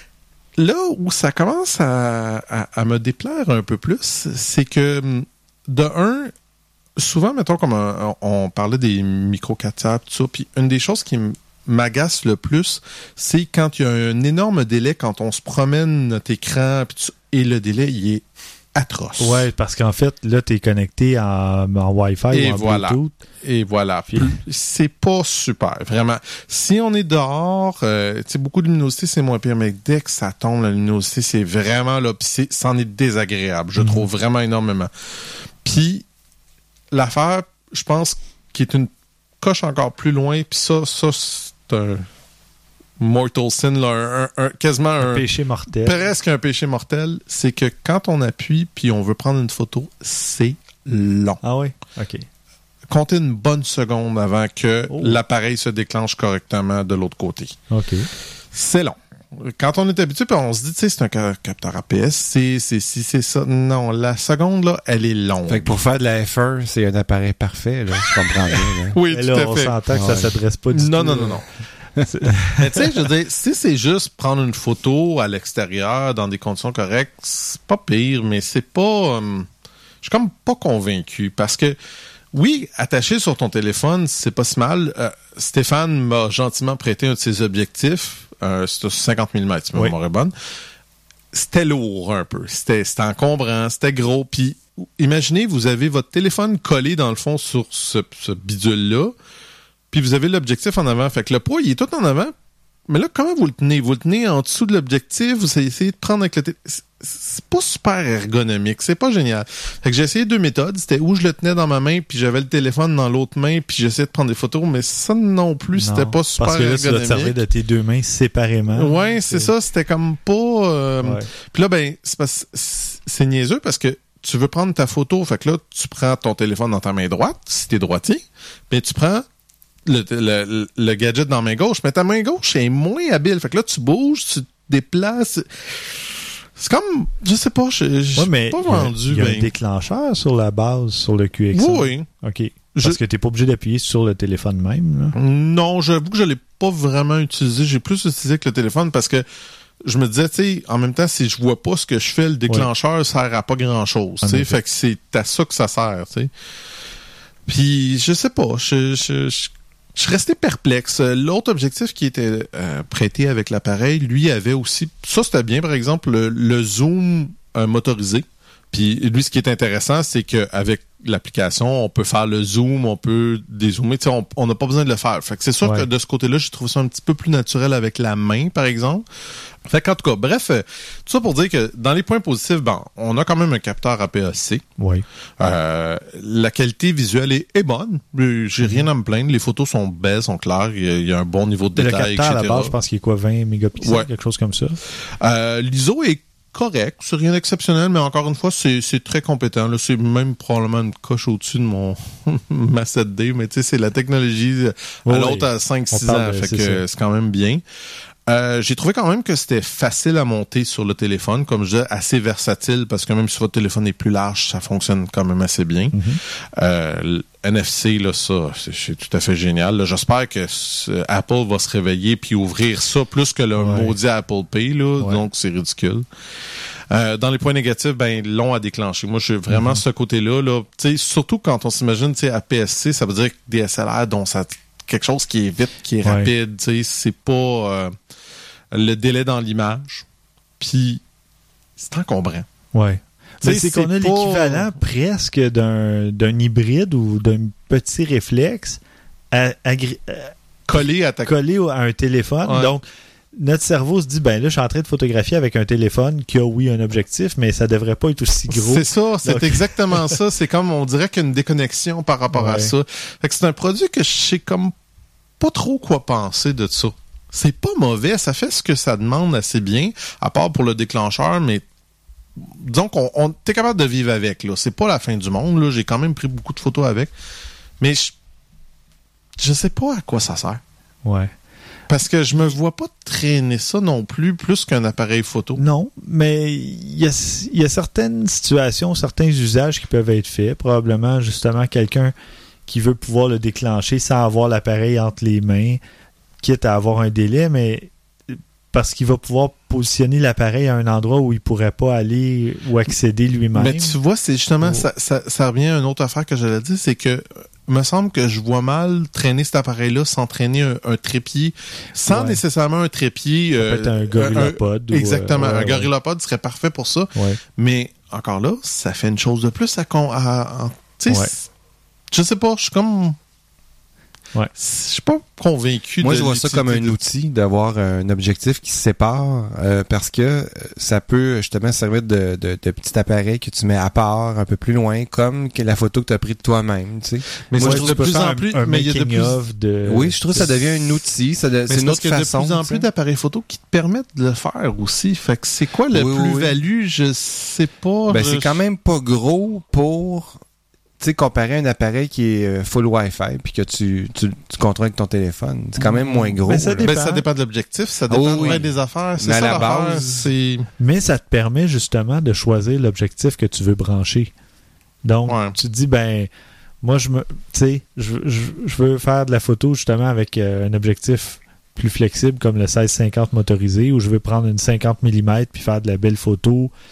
Là où ça commence à, à, à me déplaire un peu plus, c'est que, de un, souvent, mettons, comme on, on parlait des micro quatre tiers, tout ça, puis une des choses qui m- m'agace le plus, c'est quand il y a un énorme délai, quand on se promène notre écran, puis tout ça, et le délai, il est atroce. Ouais, parce qu'en fait, là, tu es connecté en, en Wi-Fi Et ou en voilà. Bluetooth. Et voilà. Puis, c'est pas super, vraiment. Si on est dehors, euh, tu sais, beaucoup de luminosité, c'est moins pire, mais dès que ça tombe, la luminosité, c'est vraiment là, puis c'est, c'en est désagréable. Je Mhm. trouve vraiment énormément. Puis, l'affaire, je pense, qui est une coche encore plus loin, puis ça, ça, c'est un mortal sin, là, un, un- un- quasiment un, Péché mortel. presque un péché mortel, c'est que quand on appuie puis on veut prendre une photo, c'est long. Ah oui? OK. Comptez une bonne seconde avant que Oh. l'appareil se déclenche correctement de l'autre côté. OK. C'est long. Quand on est habitué, puis on se dit, tu sais, c'est un ca- capteur A P S, c'est c'est si c'est ça. Non, la seconde, là, elle est longue. Fait que pour faire de la F un, c'est un appareil parfait, là. Je comprends bien, là. Oui, Mais tout là, à on fait. s'entend que ça Ouais. s'adresse pas du Non, tout. non, non, non. Mais tu sais, je veux dire, si c'est juste prendre une photo à l'extérieur dans des conditions correctes, c'est pas pire, mais c'est pas... euh, je suis comme pas convaincu parce que Oui, attaché sur ton téléphone, c'est pas si mal. Euh, Stéphane m'a gentiment prêté un de ses objectifs. Euh, c'était cinquante millimètres, si ma mémoire est bonne. C'était lourd un peu. C'était, c'était encombrant, c'était gros. Puis imaginez, vous avez votre téléphone collé dans le fond sur ce, ce bidule-là. Puis vous avez l'objectif en avant. Fait que le poids, il est tout en avant. Mais là, comment vous le tenez? Vous le tenez en dessous de l'objectif, vous essayez de prendre avec le téléphone. C'est pas super ergonomique, c'est pas génial. Fait que j'ai essayé deux méthodes. C'était où je le tenais dans ma main, puis j'avais le téléphone dans l'autre main, puis j'essayais de prendre des photos, mais ça non plus, non, c'était pas super parce que là, ergonomique. Tu dois te servir de tes deux mains séparément. Ouais, c'est, c'est ça, c'était comme pas... Euh... Ouais. Puis là, ben, c'est, pas... c'est niaiseux parce que tu veux prendre ta photo, fait que là, tu prends ton téléphone dans ta main droite, si t'es droitier, ben tu prends Le, le, le gadget dans la main gauche, mais ta main gauche est moins habile. Fait que là, tu bouges, tu te déplaces. C'est comme, je sais pas, je suis ouais, pas vendu. Il y a, ben... un déclencheur sur la base, sur le Q X un. Oui. OK. Parce je... que t'es pas obligé d'appuyer sur le téléphone même. Là. Non, j'avoue que je l'ai pas vraiment utilisé. J'ai plus utilisé que le téléphone parce que je me disais, tu sais, en même temps, si je vois pas ce que je fais, le déclencheur ouais. sert à pas grand-chose. Tu sais, fait que c'est à ça que ça sert, tu sais. Puis, je sais pas, je... je, je Je suis resté perplexe. L'autre objectif qui était euh, prêté avec l'appareil, lui avait aussi... Ça, c'était bien, par exemple, le, le zoom euh, motorisé. Puis lui, ce qui est intéressant, c'est qu'avec l'application, on peut faire le zoom, on peut dézoomer. Tu sais, on n'a pas besoin de le faire. Fait que c'est sûr ouais. que de ce côté-là, j'ai trouvé ça un petit peu plus naturel avec la main, par exemple. Fait qu'en tout cas, bref, euh, tout ça pour dire que dans les points positifs, bon, on a quand même un capteur A P S C. Oui. Euh, la qualité visuelle est, est bonne. J'ai rien à me plaindre. Les photos sont belles, sont claires. Il y a, il y a un bon niveau de détail, et cetera. Le capteur, et cetera. à la base, je pense qu'il est quoi, vingt mégapixels, ouais. quelque chose comme ça. Euh, L'I S O est correct, c'est rien d'exceptionnel, mais encore une fois, c'est, c'est très compétent. Là, c'est même probablement une coche au-dessus de mon ma sept D, mais tu sais, c'est la technologie à oui, l'autre à cinq six ans, de, fait c'est que ça. C'est quand même bien. Euh, j'ai trouvé quand même que c'était facile à monter sur le téléphone, comme je disais, assez versatile, parce que même si votre téléphone est plus large, ça fonctionne quand même assez bien. Mm-hmm. Euh, N F C, là, ça, c'est, c'est tout à fait génial. Là, j'espère que ce, Apple va se réveiller puis ouvrir ça plus que le ouais. maudit Apple Pay, là, ouais. donc c'est ridicule. Euh, dans les points négatifs, ben long à déclencher. Moi, j'ai vraiment mm-hmm. ce côté-là, là, tu sais, surtout quand on s'imagine, tu sais, A P S C, ça veut dire D S L R, dont ça quelque chose qui est vite, qui est ouais. rapide, tu sais, c'est pas euh, le délai dans l'image, puis c'est encombrant. Ouais. Mais c'est, c'est qu'on a pas... l'équivalent presque d'un, d'un hybride ou d'un petit réflexe à, à, à, collé à ta... collé à un téléphone. Ouais. Donc, notre cerveau se dit, ben là, je suis en train de photographier avec un téléphone qui a, oui, un objectif, mais ça devrait pas être aussi gros. C'est ça, c'est donc... exactement ça. C'est comme, on dirait qu'il y a une déconnexion par rapport ouais. à ça. Fait que c'est un produit que je sais comme pas trop quoi penser de ça. C'est pas mauvais, ça fait ce que ça demande assez bien, à part pour le déclencheur, mais disons qu'on on, t'es capable de vivre avec, là. C'est pas la fin du monde, là. J'ai quand même pris beaucoup de photos avec. Mais je, je sais pas à quoi ça sert. Ouais. Parce que je me vois pas traîner ça non plus, plus qu'un appareil photo. Non, mais il y a, y a certaines situations, certains usages qui peuvent être faits. Probablement, justement, quelqu'un qui veut pouvoir le déclencher sans avoir l'appareil entre les mains, quitte à avoir un délai, mais parce qu'il va pouvoir positionner l'appareil à un endroit où il pourrait pas aller ou accéder lui-même. Mais tu vois, c'est justement, oh. ça, ça, ça revient à une autre affaire que j'allais dire, c'est que il me semble que je vois mal traîner cet appareil-là sans traîner un, un trépied, sans ouais. nécessairement un trépied. Ça peut être un GorillaPod. Un, exactement, euh, ouais, un GorillaPod ouais. serait parfait pour ça. Ouais. Mais encore là, ça fait une chose de plus à... à, à tu sais, ouais. je sais pas, je suis comme... Ouais. Je suis pas convaincu. Moi, de je vois ça comme un de... outil d'avoir un objectif qui se sépare euh, parce que ça peut justement servir de, de, de petit appareil que tu mets à part un peu plus loin, comme que la photo que tu as prise de toi-même. Tu sais. Mais moi, je je trouve de plus en plus. Un, un mais il y a de plus. De... Oui, je trouve que ça devient un outil. Ça de... C'est une autre façon. Il y a de plus en plus d'appareils photo qui te permettent de le faire aussi. Fait que c'est quoi le oui, plus-value? Oui. Je sais pas. Ben, je... c'est quand même pas gros pour. Tu sais, comparer un appareil qui est full Wi-Fi puis que tu, tu, tu contrôles avec ton téléphone, c'est quand même moins gros. Mais ça dépend, ben, ça dépend de l'objectif, ça dépend oh, oui. des affaires. C'est mais ça à la base, c'est... Mais ça te permet justement de choisir l'objectif que tu veux brancher. Donc, ouais. tu te dis, ben, moi, je me, tu sais, je, je, je veux faire de la photo justement avec euh, un objectif plus flexible comme le seize cinquante motorisé, où je veux prendre une cinquante millimètres puis faire de la belle photo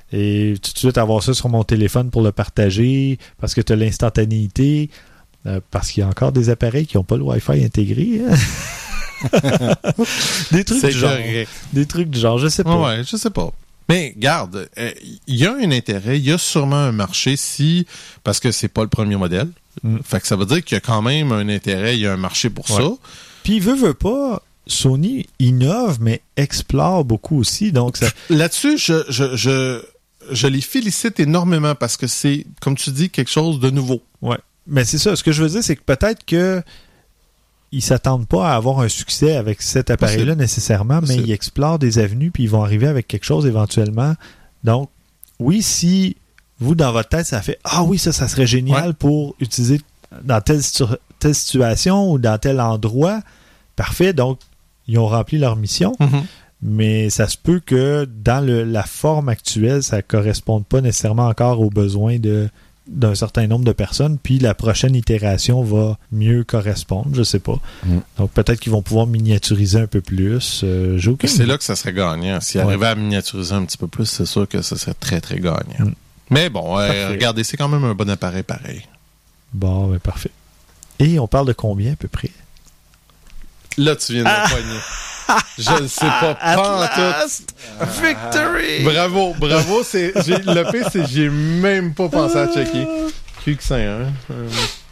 et tout de suite avoir ça sur mon téléphone pour le partager, parce que tu as l'instantanéité, euh, parce qu'il y a encore des appareils qui n'ont pas le Wi-Fi intégré. Hein? des trucs C'est du genre. correct. Des trucs du genre, je sais pas. Ouais, je sais pas. Mais garde, il euh, y a un intérêt, il y a sûrement un marché si, parce que c'est pas le premier modèle. Mm. Fait que ça veut dire qu'il y a quand même un intérêt, il y a un marché pour Ouais. ça. Puis, veut, veut pas, Sony innove, mais explore beaucoup aussi. Donc, ça... Là-dessus, je, je, je, je les félicite énormément parce que c'est, comme tu dis, quelque chose de nouveau. Ouais. Mais c'est ça. Ce que je veux dire, c'est que peut-être que ils s'attendent pas à avoir un succès avec cet appareil-là Possible. nécessairement, mais Possible. ils explorent des avenues puis ils vont arriver avec quelque chose éventuellement. Donc, oui, si vous, dans votre tête, ça fait « Ah oui, ça, ça serait génial Ouais. pour utiliser dans telle, situ- telle situation ou dans tel endroit. » Parfait. Donc, ils ont rempli leur mission. Mm-hmm. Mais ça se peut que dans le, la forme actuelle, ça ne corresponde pas nécessairement encore aux besoins de, d'un certain nombre de personnes, puis la prochaine itération va mieux correspondre, je sais pas. Mm. Donc peut-être qu'ils vont pouvoir miniaturiser un peu plus. Euh, j'ai aucune C'est idée. là que ça serait gagnant. S'ils Ouais. arrivaient à miniaturiser un petit peu plus, c'est sûr que ça serait très, très gagnant. Mm. Mais bon, euh, Parfait. regardez, c'est quand même un bon appareil pareil. Bon, ben parfait. Et on parle de combien à peu près? Là, tu viens de me poigner. Je ne sais pas, pas en tout. Victory! Bravo, bravo. C'est, j'ai, le pire, c'est que j'ai même pas pensé à checker. Q X un. Euh,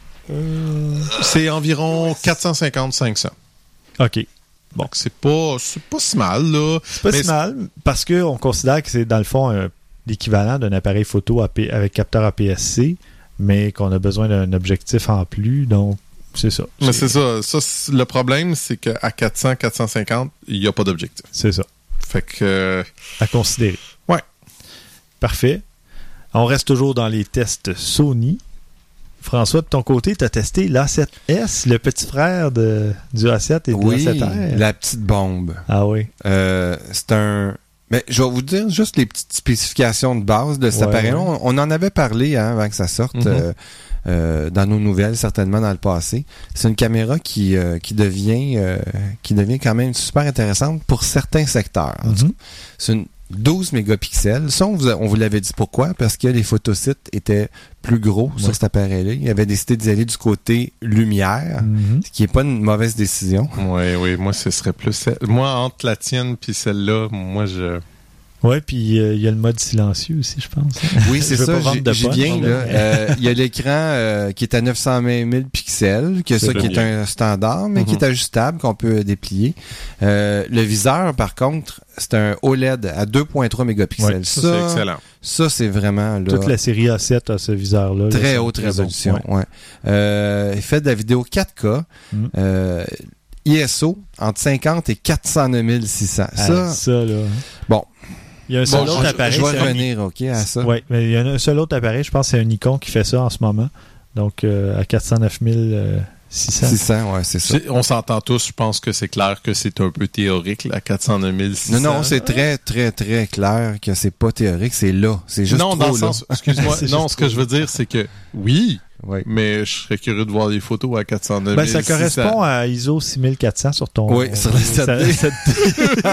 euh, c'est environ quatre cent cinquante à cinq cents. OK. Bon. Donc, c'est pas, c'est pas si mal, là. C'est pas Mais si mal, parce qu'on considère que c'est dans le fond un, l'équivalent d'un appareil photo A P, avec capteur A P S C, mais qu'on a besoin d'un objectif en plus, donc c'est ça. Mais c'est ça. ça c'est- le problème, c'est qu'à quatre cents, quatre cent cinquante, il n'y a pas d'objectif. C'est ça. Fait que... euh, À considérer. Ouais. Parfait. On reste toujours dans les tests Sony. François, de ton côté, tu as testé l'A sept S, le petit frère de, du A sept et de Oui, l'A sept R. la petite bombe. Ah oui. Euh, c'est un... Mais je vais vous dire juste les petites spécifications de base de cet Ouais, appareil-là. ouais. On, on en avait parlé hein, avant que ça sorte Mm-hmm. euh, euh, dans nos nouvelles, certainement dans le passé. C'est une caméra qui, euh, qui, devient, euh, qui devient quand même super intéressante pour certains secteurs. En tout Mhm. cas. C'est une douze mégapixels. Ça, on vous, a- on vous l'avait dit pourquoi? Parce que les photosites étaient plus gros Ouais. sur cet appareil-là. Il avait décidé d'y aller du côté lumière, Mhm. ce qui n'est pas une mauvaise décision. Oui, oui, moi, ce serait plus... celle- Moi, entre la tienne puis celle-là, moi, je... Ouais, puis euh, il y a le mode silencieux aussi, je pense. Oui, c'est Je veux ça, pas vendre j'y de j'y punch, viens. là. là. Euh, Il y a l'écran euh, qui est à neuf cent vingt mille pixels, que C'est ça qui est bien. un standard, mais qui Mhm. est ajustable, qu'on peut déplier. Euh, le viseur, par contre, c'est un O L E D à deux virgule trois mégapixels. Ouais, Ça, c'est excellent. Ça, c'est vraiment là, Toute la série A sept a ce viseur-là. là, très c'est haute très résolution. bon. Ouais. Ouais. Euh, il fait de la vidéo quatre K. Mhm. Euh, I S O entre cinquante et quatre cent neuf mille six cents. Ah, Ça, ça, là. bon. Il y a un seul Bon, autre je, appareil. je vais c'est un- revenir, OK, à ça. Oui, mais il y a un seul autre appareil, je pense que c'est un Nikon qui fait ça en ce moment. Donc, euh, à quatre cent neuf mille six cents. six cents, ouais, c'est ça. C'est- On s'entend tous, je pense que c'est clair que c'est un peu théorique, la quatre cent neuf mille six cents. Non, non, c'est très, très, très clair que c'est pas théorique, c'est là. C'est juste non, trop dans le là. sens, excuse-moi, C'est non, juste ce que je veux dire, c'est que oui, Ouais. mais je serais curieux de voir les photos à quatre cent neuf mille Ben, ça correspond à I S O six mille quatre cents sur ton... Oui, sur la sept D. sept D.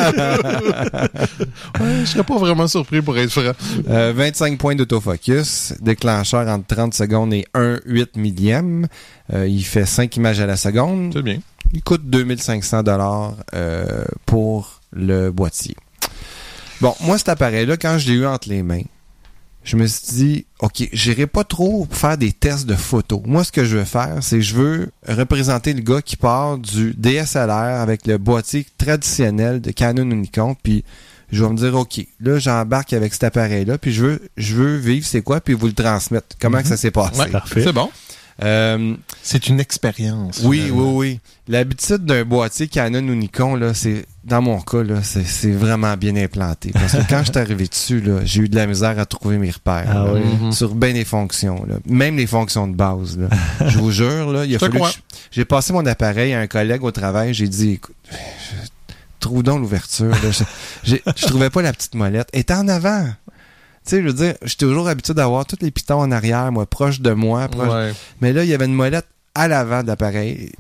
Ouais, je serais pas vraiment surpris pour être franc. Euh, vingt-cinq points d'autofocus, déclencheur entre trente secondes et un virgule huit millième. Euh, il fait cinq images à la seconde. C'est bien. Il coûte deux mille cinq cents dollars euh, pour le boîtier. Bon, moi, cet appareil-là, quand je l'ai eu entre les mains, je me suis dit, OK, j'irai pas trop faire des tests de photos. Moi, ce que je veux faire, c'est que je veux représenter le gars qui part du D S L R avec le boîtier traditionnel de Canon ou Nikon, puis je vais me dire, OK, là, j'embarque avec cet appareil-là, puis je veux, je veux vivre c'est quoi, puis vous le transmettre. Comment Mhm. que ça s'est passé? Ouais, Parfait. c'est bon. Euh, C'est une expérience. oui, finalement. oui, oui. L'habitude d'un boîtier Canon ou Nikon, là, c'est, dans mon cas, là, c'est, c'est vraiment bien implanté. Parce que quand je suis arrivé dessus, là, j'ai eu de la misère à trouver mes repères. Ah là, oui. Mhm. sur bien des fonctions. Là. Même les fonctions de base. Là. Je vous jure, là, il a Je fallu crois. que je- j'ai passé mon appareil à un collègue au travail. J'ai dit, écoute, je- trouve donc l'ouverture. Là. Je, j'ai- je trouvais pas la petite molette. Elle était en avant. Tu sais, je veux dire, j'étais toujours habitué d'avoir tous les pitons en arrière, moi, proche de moi. Proche... Ouais. Mais là, il y avait une molette à l'avant de l'appareil.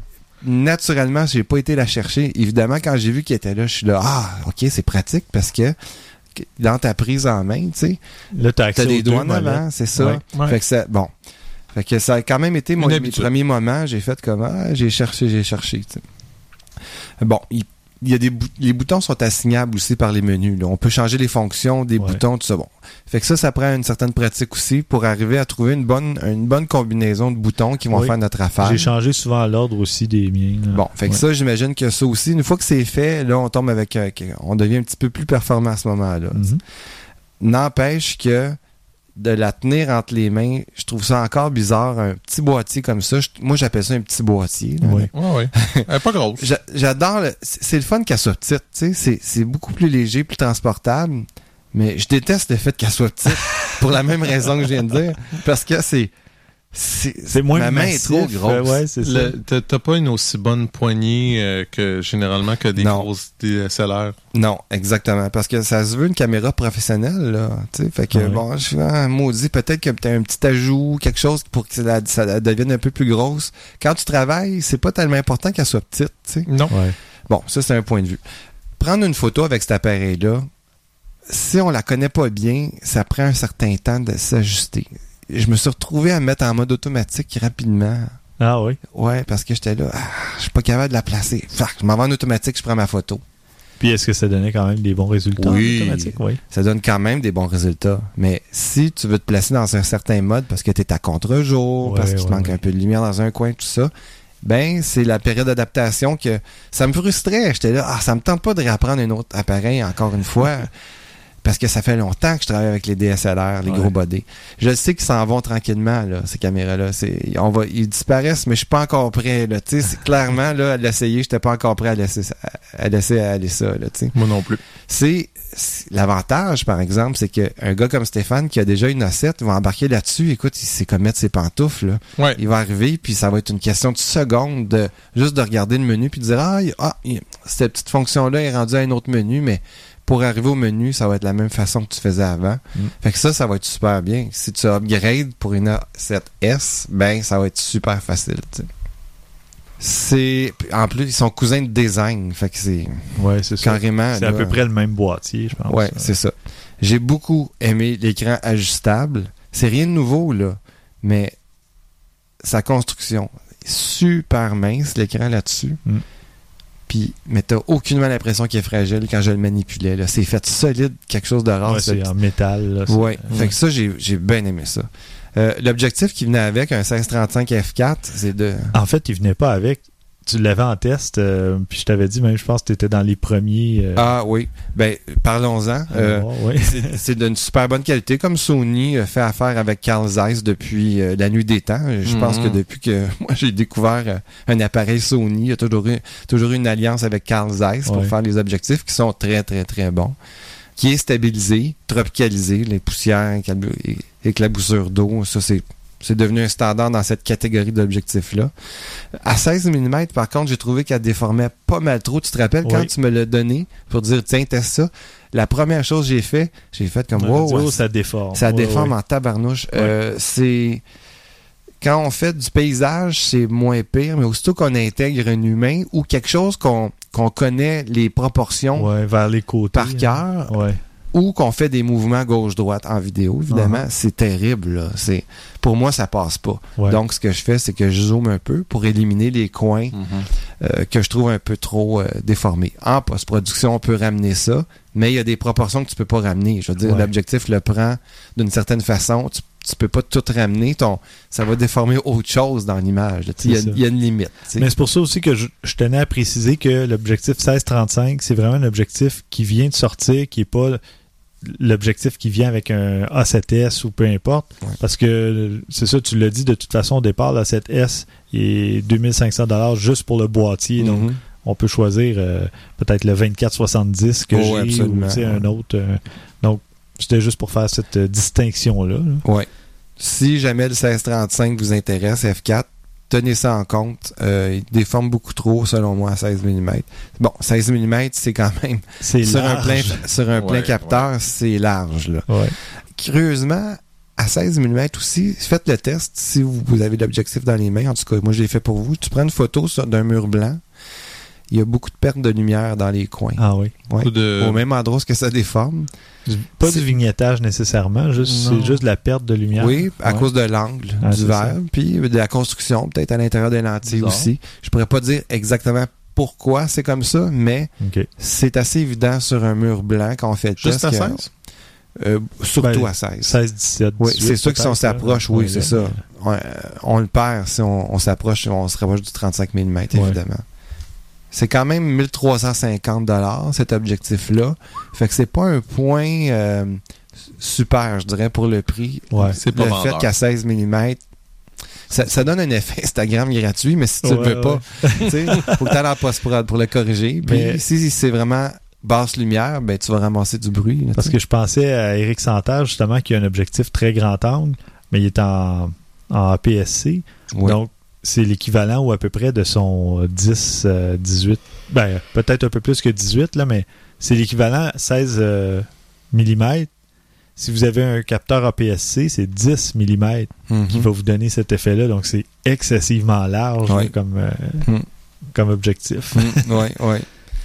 Naturellement, j'ai pas été la chercher. Évidemment, quand j'ai vu qu'il était là, je suis là, ah, ok, c'est pratique parce que dans ta prise en main, tu sais. Là, t'as accès T'as des aux doigts deux en avant, molettes. c'est ça. Ouais. Ouais. Fait que ça, bon. Fait que ça a quand même été mon, Une mes habitude. premiers moments. J'ai fait comme, ah, j'ai cherché, j'ai cherché, tu sais. Bon, il, il y a des bou- les boutons sont assignables aussi par les menus, là. On peut changer les fonctions des Ouais. boutons, tout ça. Bon. Fait que ça, ça prend une certaine pratique aussi pour arriver à trouver une bonne, une bonne combinaison de boutons qui vont Oui. faire notre affaire. J'ai changé souvent l'ordre aussi des miens. là. Bon, fait que Ouais. ça, j'imagine que ça aussi, une fois que c'est fait, là, on tombe avec, euh, on devient un petit peu plus performant à ce moment-là. Mhm. N'empêche que de la tenir entre les mains, je trouve ça encore bizarre, un petit boîtier comme ça. Je- moi, j'appelle ça un petit boîtier. là. Oui. Ouais, ouais. Elle est pas grosse. J'a- J'adore, le- c'est c'est le fun qu'elle soit petite, tu sais, c'est- c'est beaucoup plus léger, plus transportable, mais je déteste le fait qu'elle soit petite, pour la même raison que je viens de dire, parce que c'est... C'est C'est moins ma main massif, est trop grosse. euh, ouais, c'est ça. Le- T'as t'as pas une aussi bonne poignée euh, que généralement que des Non. grosses D S L R. Non, exactement. Parce que ça se veut une caméra professionnelle, là. Tu sais, fait que, Ouais. bon, je suis ah, maudit, peut-être que t'as un petit ajout, quelque chose pour que ça, ça devienne un peu plus grosse. Quand tu travailles, c'est pas tellement important qu'elle soit petite, tu sais. Non. Ouais. Bon, ça, c'est un point de vue. Prendre une photo avec cet appareil-là, si on la connaît pas bien, ça prend un certain temps de s'ajuster. Je me suis retrouvé à me mettre en mode automatique rapidement. Ah oui. Ouais, parce que j'étais là, ah, je suis pas capable de la placer. Fac, je m'en vais en automatique, je prends ma photo. Puis est-ce que ça donnait quand même des bons résultats Oui. automatiques? Oui. Ça donne quand même des bons résultats. Mais si tu veux te placer dans un certain mode parce que tu es à contre-jour, Ouais, parce qu'il te ouais, manque ouais. un peu de lumière dans un coin, tout ça, ben c'est la période d'adaptation que ça me frustrait. J'étais là, ah, ça me tente pas de réapprendre un autre appareil encore une fois. Parce que ça fait longtemps que je travaille avec les D S L R, les Ouais. gros bodés. Je sais qu'ils s'en vont tranquillement, là, ces caméras-là. C'est, on va, ils disparaissent, mais je suis pas encore prêt. Là, tu sais, c'est clairement, là, à l'essayer, j'étais pas encore prêt à laisser, ça- à laisser aller ça. Là, tu sais. Moi non plus. C'est, c'est- l'avantage, par exemple, c'est qu'un gars comme Stéphane qui a déjà une ossette, il va embarquer là-dessus. Écoute, il sait comme mettre ses pantoufles. Là. Ouais. Il va arriver, puis ça va être une question de secondes, de, juste de regarder le menu, puis de dire ah, il- ah il- cette petite fonction-là est rendue à un autre menu, mais pour arriver au menu, ça va être la même façon que tu faisais avant. Mm. Fait que ça, ça va être super bien. Si tu upgrades pour une A sept S, ben, ça va être super facile, tu sais. C'est, en plus, ils sont cousins de design. Fait que c'est Ouais, c'est ça. carrément. C'est à là, peu près le même boîtier, je pense. Ouais, c'est ça. J'ai beaucoup aimé l'écran ajustable. C'est rien de nouveau, là. Mais sa construction, super mince, l'écran là-dessus. Mm. Puis, mais t'as aucunement l'impression qu'il est fragile quand je le manipulais. Là. C'est fait solide, quelque chose de rare. Ouais, c'est en métal. Là, c'est- Ouais. Fait que ça, j'ai, j'ai bien aimé ça. Euh, l'objectif qui venait avec un seize trente-cinq F quatre, c'est de... En fait, il venait pas avec. Tu l'avais en test, euh, puis je t'avais dit, même, je pense que tu étais dans les premiers. euh, Ah oui. Ben, parlons-en. à Euh, avoir, ouais. C'est- c'est d'une super bonne qualité, comme Sony euh, fait affaire avec Carl Zeiss depuis euh, la nuit des temps. Je Mhm. pense que depuis que moi j'ai découvert euh, un appareil Sony, il y a toujours eu, toujours eu une alliance avec Carl Zeiss pour Ouais. faire les objectifs qui sont très, très, très bons. Qui est stabilisé, tropicalisé, les poussières, éclabou- é- éclaboussures d'eau, ça c'est... C'est devenu un standard dans cette catégorie d'objectifs-là. À seize millimètres, par contre, j'ai trouvé qu'elle déformait pas mal trop. Tu te rappelles quand Oui. tu me l'as donné pour dire, tiens, teste ça? La première chose que j'ai fait, j'ai fait comme, On a wow, dit, oh, ça, ça déforme. ça Ouais, déforme ouais. en tabarnouche. Euh, c'est... Quand on fait du paysage, c'est moins pire, mais aussitôt qu'on intègre un humain ou quelque chose qu'on, qu'on connaît les proportions Ouais, vers les côtés. par cœur, Ouais. ou qu'on fait des mouvements gauche-droite en vidéo, évidemment, Uh-huh. c'est terrible. Là. C'est, pour moi, ça passe pas. Ouais. Donc, ce que je fais, c'est que je zoome un peu pour éliminer les coins euh, que je trouve un peu trop euh, déformés. En post-production, on peut ramener ça, mais il y a des proportions que tu peux pas ramener. Je veux dire, Ouais. l'objectif le prend d'une certaine façon. Tu, tu peux pas tout ramener. Ton, ça va déformer autre chose dans l'image. là. Tu sais, Il y, a- C'est ça. il y a une limite. tu sais. Mais c'est pour ça aussi que je, je tenais à préciser que l'objectif seize trente-cinq, c'est vraiment un objectif qui vient de sortir, qui est pas l'objectif qui vient avec un A sept S ou peu importe. Ouais. Parce que c'est ça, tu l'as dit de toute façon au départ, l'A sept S est deux mille cinq cents dollars juste pour le boîtier. Donc, Mhm. on peut choisir euh, peut-être le vingt-quatre soixante-dix que Oh, j'ai absolument, ou tu sais, un ouais. autre. euh, donc, c'était juste pour faire cette euh, distinction-là. là. Ouais. Si jamais le seize trente-cinq vous intéresse, F quatre, tenez ça en compte. Euh, il déforme beaucoup trop, selon moi, à seize millimètres. Bon, seize millimètres, c'est quand même... C'est Sur un large. plein, sur un plein Ouais, capteur, c'est large. Là. Ouais. Curieusement, à seize millimètres aussi, faites le test si vous, vous avez l'objectif dans les mains. En tout cas, moi, je l'ai fait pour vous. Tu prends une photo sur- d'un mur blanc. il y a beaucoup de pertes de lumière dans les coins. Ah oui. Ouais. De... Au même endroit où que ça déforme. Du, pas C'est... du vignettage nécessairement, juste, c'est juste la perte de lumière. Oui, à ouais. cause de l'angle ah, du verre, puis de la construction, peut-être à l'intérieur des lentilles Bizarre. aussi. Je pourrais pas dire exactement pourquoi c'est comme ça, mais okay. c'est assez évident sur un mur blanc quand on fait le juste test. à seize? Euh, surtout ben, à seize. seize, dix-sept, oui, dix-huit, c'est sûr que si on s'approche, oui, ouais, c'est ouais, ça. ouais. On, on le perd si on, on s'approche, on se rapproche du trente-cinq millimètres, ouais. évidemment. C'est quand même mille trois cent cinquante dollars cet objectif-là. Fait que c'est pas un point euh, super, je dirais, pour le prix. Ouais. C'est pas le vendeur. fait qu'à seize millimètres, ça, ça donne un effet Instagram gratuit, mais si tu ouais, le veux ouais. pas, tu sais, faut que tu ailles en post-prod pour le corriger. Puis mais... si c'est vraiment basse lumière, ben tu vas ramasser du bruit. Là, Parce t'sais. que je pensais à Éric Santerre, justement, qui a un objectif très grand angle, mais il est en, en A P S C. Oui. Donc, c'est l'équivalent ou à peu près de son dix, dix-huit, ben peut-être un peu plus que dix-huit, là, mais c'est l'équivalent seize euh, millimètres. Si vous avez un capteur A P S C, c'est dix millimètres Mm-hmm. qui va vous donner cet effet-là. Donc, c'est excessivement large ouais. là, comme, euh, mm. comme objectif. mm, oui, oui.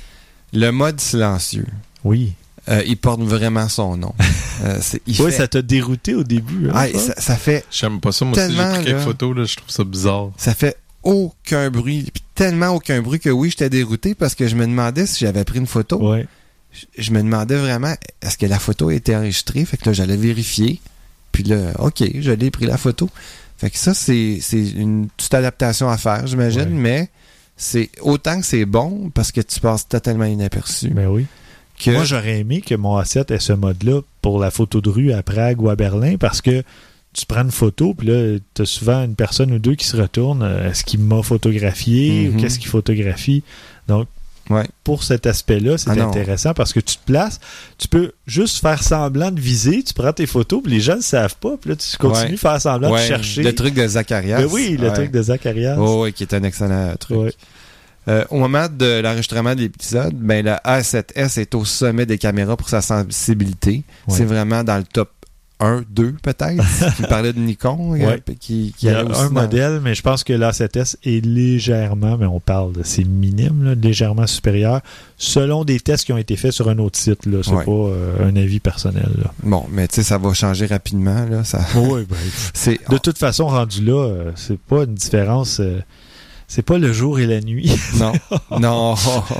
Le mode silencieux. Oui. Euh, il porte vraiment son nom. euh, c'est, il oui, fait... ça t'a dérouté au début. Hein, ah, ça? ça, ça fait... J'aime pas ça. Moi aussi, j'ai pris quelques là, photos, là, je trouve ça bizarre. Ça fait aucun bruit. Puis tellement aucun bruit que oui, j'étais dérouté parce que je me demandais si j'avais pris une photo. Ouais. Je, je me demandais vraiment, est-ce que la photo a été enregistrée? Fait que là, j'allais vérifier. Puis là, OK, je l'ai pris la photo. Fait que ça, c'est, c'est une petite adaptation à faire, j'imagine, ouais. mais c'est autant que c'est bon parce que tu passes totalement inaperçu. Ben oui. Que... Moi, j'aurais aimé que mon A sept ait ce mode-là pour la photo de rue à Prague ou à Berlin parce que tu prends une photo, puis là, tu as souvent une personne ou deux qui se retournent. Est-ce qu'il m'a photographié mm-hmm. ou qu'est-ce qu'il photographie? Donc, ouais. pour cet aspect-là, c'est ah intéressant parce que tu te places, tu peux juste faire semblant de viser, tu prends tes photos, puis les gens ne savent pas, puis là, tu continues ouais. de faire semblant ouais. de chercher. Le truc de Zacharias. Ben oui, le ouais. truc de Zacharias. Oh, oui, qui est un excellent truc. Ouais. Euh, au moment de l'enregistrement de l'épisode, ben, la A sept S est au sommet des caméras pour sa sensibilité. Ouais. C'est vraiment dans le top un, deux peut-être. Tu me parlais de Nikon. Ouais. Qui, qui Il y a aussi un dans... modèle, mais je pense que l'A sept S est légèrement, mais on parle de c'est minime, là, légèrement supérieur, selon des tests qui ont été faits sur un autre site. Là. C'est ouais. pas euh, un avis personnel. Là. Bon, mais tu sais, ça va changer rapidement. Là. Ça... Oui, ben, c'est... De toute façon, rendu là, euh, c'est pas une différence... Euh, c'est pas le jour et la nuit. Non, non.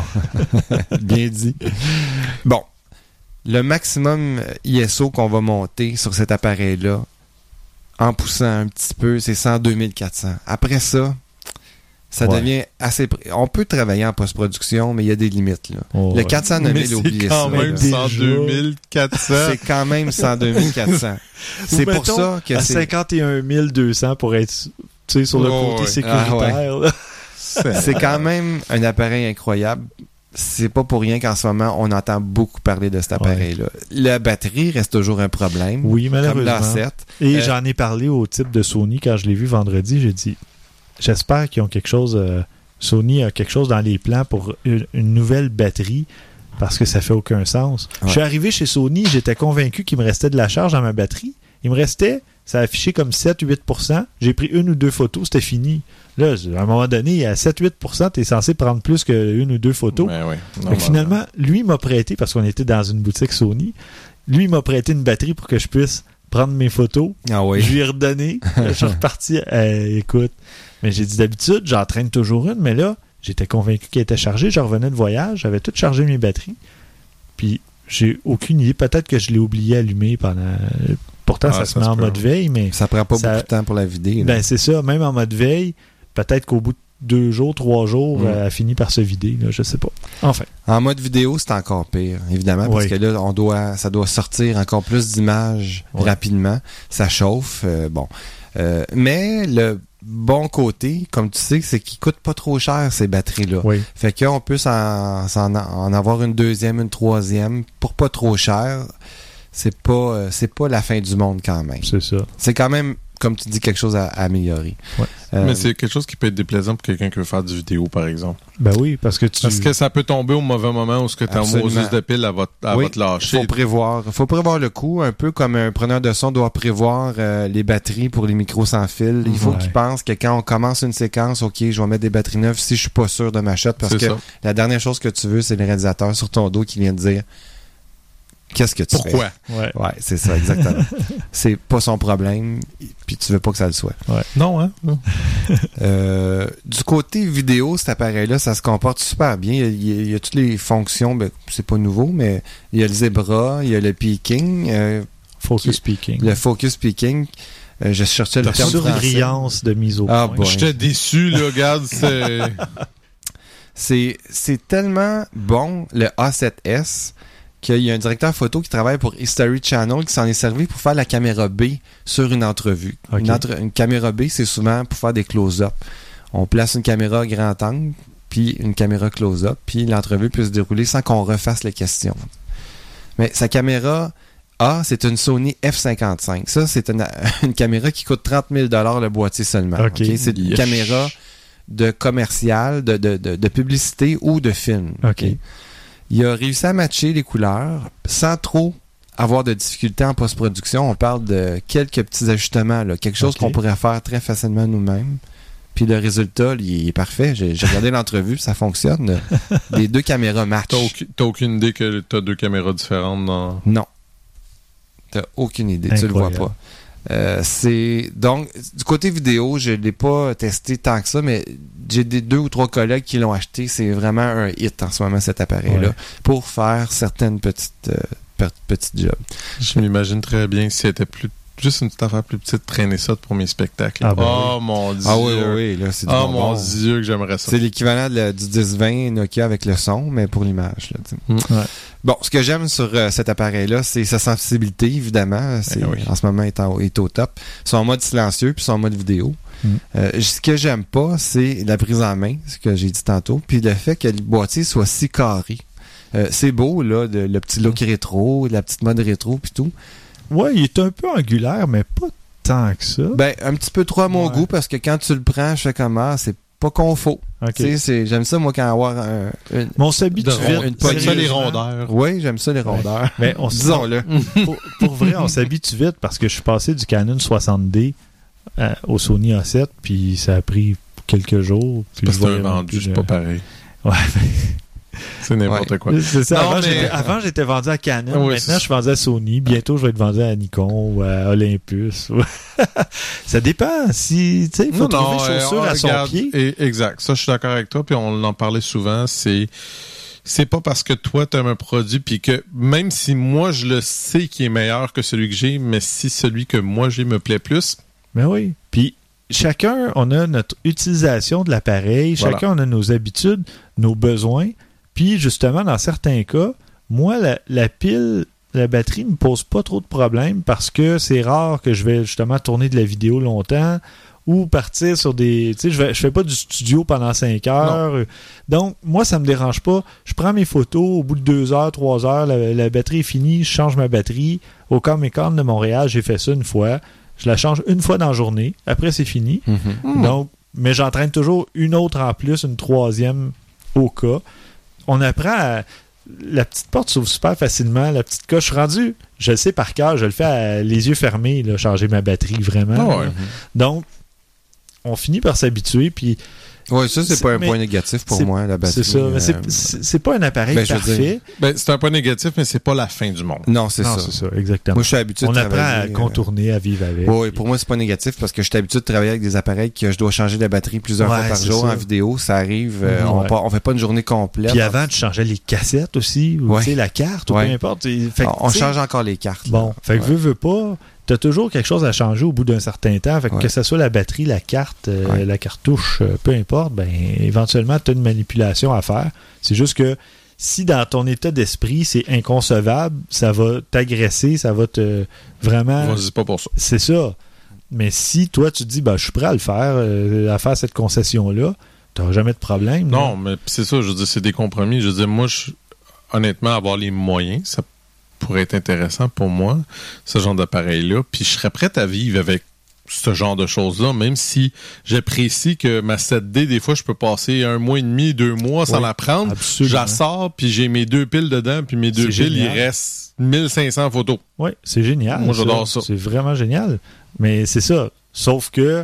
Bien dit. Bon. Le maximum I S O qu'on va monter sur cet appareil-là, en poussant un petit peu, c'est cent deux mille quatre cents. Après ça, ça ouais. devient assez... On peut travailler en post-production, mais il y a des limites. Là. Oh, le quatre cent neuf mille, oubliez ça. C'est quand même cent deux mille quatre cents. C'est quand même cent deux mille quatre cents. C'est pour ça que à c'est... cinquante et un mille deux cents pour être tu sais, sur le oh, côté ouais. sécuritaire. Ah, ouais. C'est quand même un appareil incroyable. C'est pas pour rien qu'en ce moment, on entend beaucoup parler de cet appareil-là. Ouais. La batterie reste toujours un problème. Oui, malheureusement. Comme l'A sept. Et euh, j'en ai parlé au type de Sony quand je l'ai vu vendredi. J'ai dit, j'espère qu'ils ont quelque chose... Euh, Sony a quelque chose dans les plans pour une, une nouvelle batterie parce que ça fait aucun sens. Ouais. Je suis arrivé chez Sony, j'étais convaincu qu'il me restait de la charge dans ma batterie. Il me restait... Ça a affiché comme sept à huit pour cent. J'ai pris une ou deux photos, c'était fini. Là, à un moment donné, à sept à huit pour cent, tu es censé prendre plus qu'une ou deux photos. Ben oui, donc, finalement, lui m'a prêté, parce qu'on était dans une boutique Sony, lui il m'a prêté une batterie pour que je puisse prendre mes photos. Ah oui. Je lui ai redonné. Je suis reparti. Euh, écoute, mais j'ai dit d'habitude, j'entraîne toujours une, mais là, j'étais convaincu qu'elle était chargée. Je revenais de voyage, j'avais tout chargé mes batteries. Puis, j'ai aucune idée. Peut-être que je l'ai oublié allumé pendant... Pourtant, ah, ça, ça se met en mode veille, mais... Ça prend pas ça, beaucoup de temps pour la vider. Là. Ben, c'est ça. Même en mode veille, peut-être qu'au bout de deux jours, trois jours, mm. elle finit par se vider. Là, je sais pas. Enfin. En mode vidéo, c'est encore pire, évidemment, parce oui. que là, on doit, ça doit sortir encore plus d'images oui. rapidement. Ça chauffe. Euh, bon. Euh, mais le bon côté, comme tu sais, c'est qu'ils coûtent pas trop cher, ces batteries-là. Oui. Fait qu'on peut s'en, s'en, en avoir une deuxième, une troisième, pour pas trop cher. C'est pas, euh, c'est pas la fin du monde quand même. C'est ça. C'est quand même comme tu dis, quelque chose à, à améliorer. Ouais. Euh, Mais c'est quelque chose qui peut être déplaisant pour quelqu'un qui veut faire du vidéo, par exemple. Ben oui, parce que tu... Parce que ça peut tomber au mauvais moment où ce que ta Absolument. moseuse de pile, elle va, elle oui, va te lâcher. faut prévoir. faut prévoir le coup, un peu comme un preneur de son doit prévoir euh, les batteries pour les micros sans fil. Il faut Ouais. qu'il pense que quand on commence une séquence, OK, je vais mettre des batteries neuves si je suis pas sûr de ma shot, parce C'est que ça. la dernière chose que tu veux, c'est le réalisateur sur ton dos qui vient te dire qu'est-ce que tu Pourquoi? Ouais. fais. Ouais, c'est ça, exactement. C'est pas son problème, puis tu veux pas que ça le soit. Non, hein? Euh, du côté vidéo, cet appareil-là, ça se comporte super bien. Il y a, il y a, il y a toutes les fonctions, ben, c'est pas nouveau, mais il y a le zebra, il y a le peaking, euh, Focus qui- speaking. le focus peaking. Euh, je cherchais le La terme français. surbrillance de mise au Ah, point. bon. J'étais déçu, là, regarde, c'est... C'est, c'est tellement bon, le A sept S, qu'il y a un directeur photo qui travaille pour History Channel qui s'en est servi pour faire la caméra B sur une entrevue. Ok. Une, entre- une caméra B, c'est souvent pour faire des close-up. On place une caméra grand angle, puis une caméra close-up, puis l'entrevue peut se dérouler sans qu'on refasse les questions. Mais sa caméra A, c'est une Sony F cinquante-cinq. Ça, c'est une, une caméra qui coûte trente mille dollars le boîtier seulement. Ok. ok? C'est une Yesh. caméra de commercial, de, de, de, de publicité ou de film. OK. ok? Il a réussi à matcher les couleurs sans trop avoir de difficultés en post-production. On parle de quelques petits ajustements, là, quelque chose Ok. qu'on pourrait faire très facilement nous-mêmes. Puis le résultat, il est parfait. J'ai, j'ai regardé l'entrevue, ça fonctionne. Les deux caméras matchent. T'as, aucun- t'as aucune idée que t'as deux caméras différentes dans... Non. T'as aucune idée. Tu le vois Incroyable. pas. Euh, c'est donc du côté vidéo, je l'ai pas testé tant que ça, mais j'ai des deux ou trois collègues qui l'ont acheté. C'est vraiment un hit en ce moment, cet appareil-là, Ouais. pour faire certaines petites euh, per- petites jobs. Je m'imagine très bien si c'était plus... Juste une petite affaire plus petite, traîner ça pour mes spectacles. Ah ben oh mon Dieu! Ah oui, oui, oui, là, c'est du Oh bonbon. mon Dieu que j'aimerais ça. C'est l'équivalent de la- du dix vingt Nokia avec le son, mais pour l'image. Là, tu sais. Ouais. Bon, ce que j'aime sur euh, cet appareil-là, c'est sa sensibilité, évidemment. C'est, oui. En ce moment, il est, en- il est au top. Son mode silencieux puis son mode vidéo. Mm. Euh, ce que j'aime pas, c'est la prise en main, ce que j'ai dit tantôt, puis le fait que le boîtier soit si carré. Euh, c'est beau, là, de- le petit look rétro, la petite mode rétro puis tout. Ouais, il est un peu angulaire, mais pas tant que ça. Ben, un petit peu trop à mon Ouais. goût, parce que quand tu le prends, je fais comme, ah, c'est pas confort. OK. Tu sais, c'est- j'aime ça, moi, quand avoir un... une- Mais on s'habitue De vite. rond- une T'aimes ça, les sérieusement. rondeurs. Oui, j'aime ça, les rondeurs. Mais on s- Disons-le. pour, pour vrai, on s'habitue vite parce que je suis passé du Canon soixante D euh, au Sony A sept, puis ça a pris quelques jours. Puis Parce je que c'est un voyais vendu, plus c'est de- pas pareil. Ouais, C'est n'importe Ouais. quoi. c'est ça. Non, Avant, mais- j'étais, avant, j'étais vendu à Canon. Oui, Maintenant, c'est- je suis vendu à Sony. Bientôt, je vais être vendu à Nikon ou à Olympus. Ça dépend. Si, tu sais, il faut trouver euh, chaussure à son regarde, pied. et- exact. Ça, je suis d'accord avec toi. Puis on en parlait souvent. C'est c'est pas parce que toi, tu aimes un produit, puis que même si moi, je le sais qui est meilleur que celui que j'ai, mais si celui que moi, j'ai me plaît plus, Mais oui. Puis chacun, on a notre utilisation de l'appareil. Voilà. Chacun, on a nos habitudes, nos besoins. Puis justement, dans certains cas, moi, la, la pile, la batterie ne me pose pas trop de problèmes parce que c'est rare que je vais justement tourner de la vidéo longtemps ou partir sur des... Tu sais, je, vais- je fais pas du studio pendant cinq heures. Donc, moi, ça me dérange pas. Je prends mes photos, au bout de deux heures, trois heures, la, la batterie est finie, je change ma batterie. Au Comic-Con de Montréal, j'ai fait ça une fois. Je la change une fois dans la journée. Après, c'est fini. Mhm. Donc, mais j'entraîne toujours une autre en plus, une troisième au cas. On apprend à... La petite porte s'ouvre super facilement. La petite coche, je suis rendu, je le sais par cœur, je le fais à les yeux fermés, là, changer ma batterie, vraiment. Ah ouais. là. Donc, on finit par s'habituer, puis Oui, ça, c'est, C'est- pas un mais point négatif pour c'est- moi, la batterie. c'est ça. Mais c'est- euh, c'est c'est pas un appareil ben, je veux parfait. dire- ben, c'est un point négatif, mais c'est pas la fin du monde. Non, c'est Non, ça. c'est ça, exactement. Moi, je suis habitué On de apprend travailler... à euh, contourner, à vivre avec. Oui, pour moi, c'est pas négatif parce que je suis habitué de travailler avec des appareils que je dois changer la batterie plusieurs Ouais, fois par c'est jour ça. en vidéo. Ça arrive, euh, Mhm, on, ouais. part- on fait pas une journée complète. Puis avant, tu changeais les cassettes aussi, ou Ouais. tu sais, la carte, ou Ouais. peu importe. Fait que, on tu sais, change encore les cartes. Bon, là. fait que Ouais. veux, veux pas, t'as toujours quelque chose à changer au bout d'un certain temps. Fait que, Ouais. que ce soit la batterie, la carte, euh, Ouais. la cartouche, euh, peu importe, ben éventuellement, t'as une manipulation à faire. C'est juste que si dans ton état d'esprit, c'est inconcevable, ça va t'agresser, ça va te vraiment... Vas-y pas pour ça. C'est ça. Mais si toi, tu te dis, ben, je suis prêt à le faire, euh, à faire cette concession-là, t'auras jamais de problème. Non, là. mais c'est ça, je veux dire, c'est des compromis. Je veux dire, moi, je, honnêtement, avoir les moyens, ça pourrait être intéressant pour moi, ce genre d'appareil-là. Puis je serais prêt à vivre avec ce genre de choses-là, même si j'apprécie que ma sept D, des fois, je peux passer un mois et demi, deux mois sans oui, la prendre. Absolument. Je la sors, puis j'ai mes deux piles dedans, puis mes deux C'est piles, génial. il reste mille cinq cents photos. Oui, c'est génial. Moi, j'adore ça. C'est vraiment génial. Mais c'est ça. Sauf que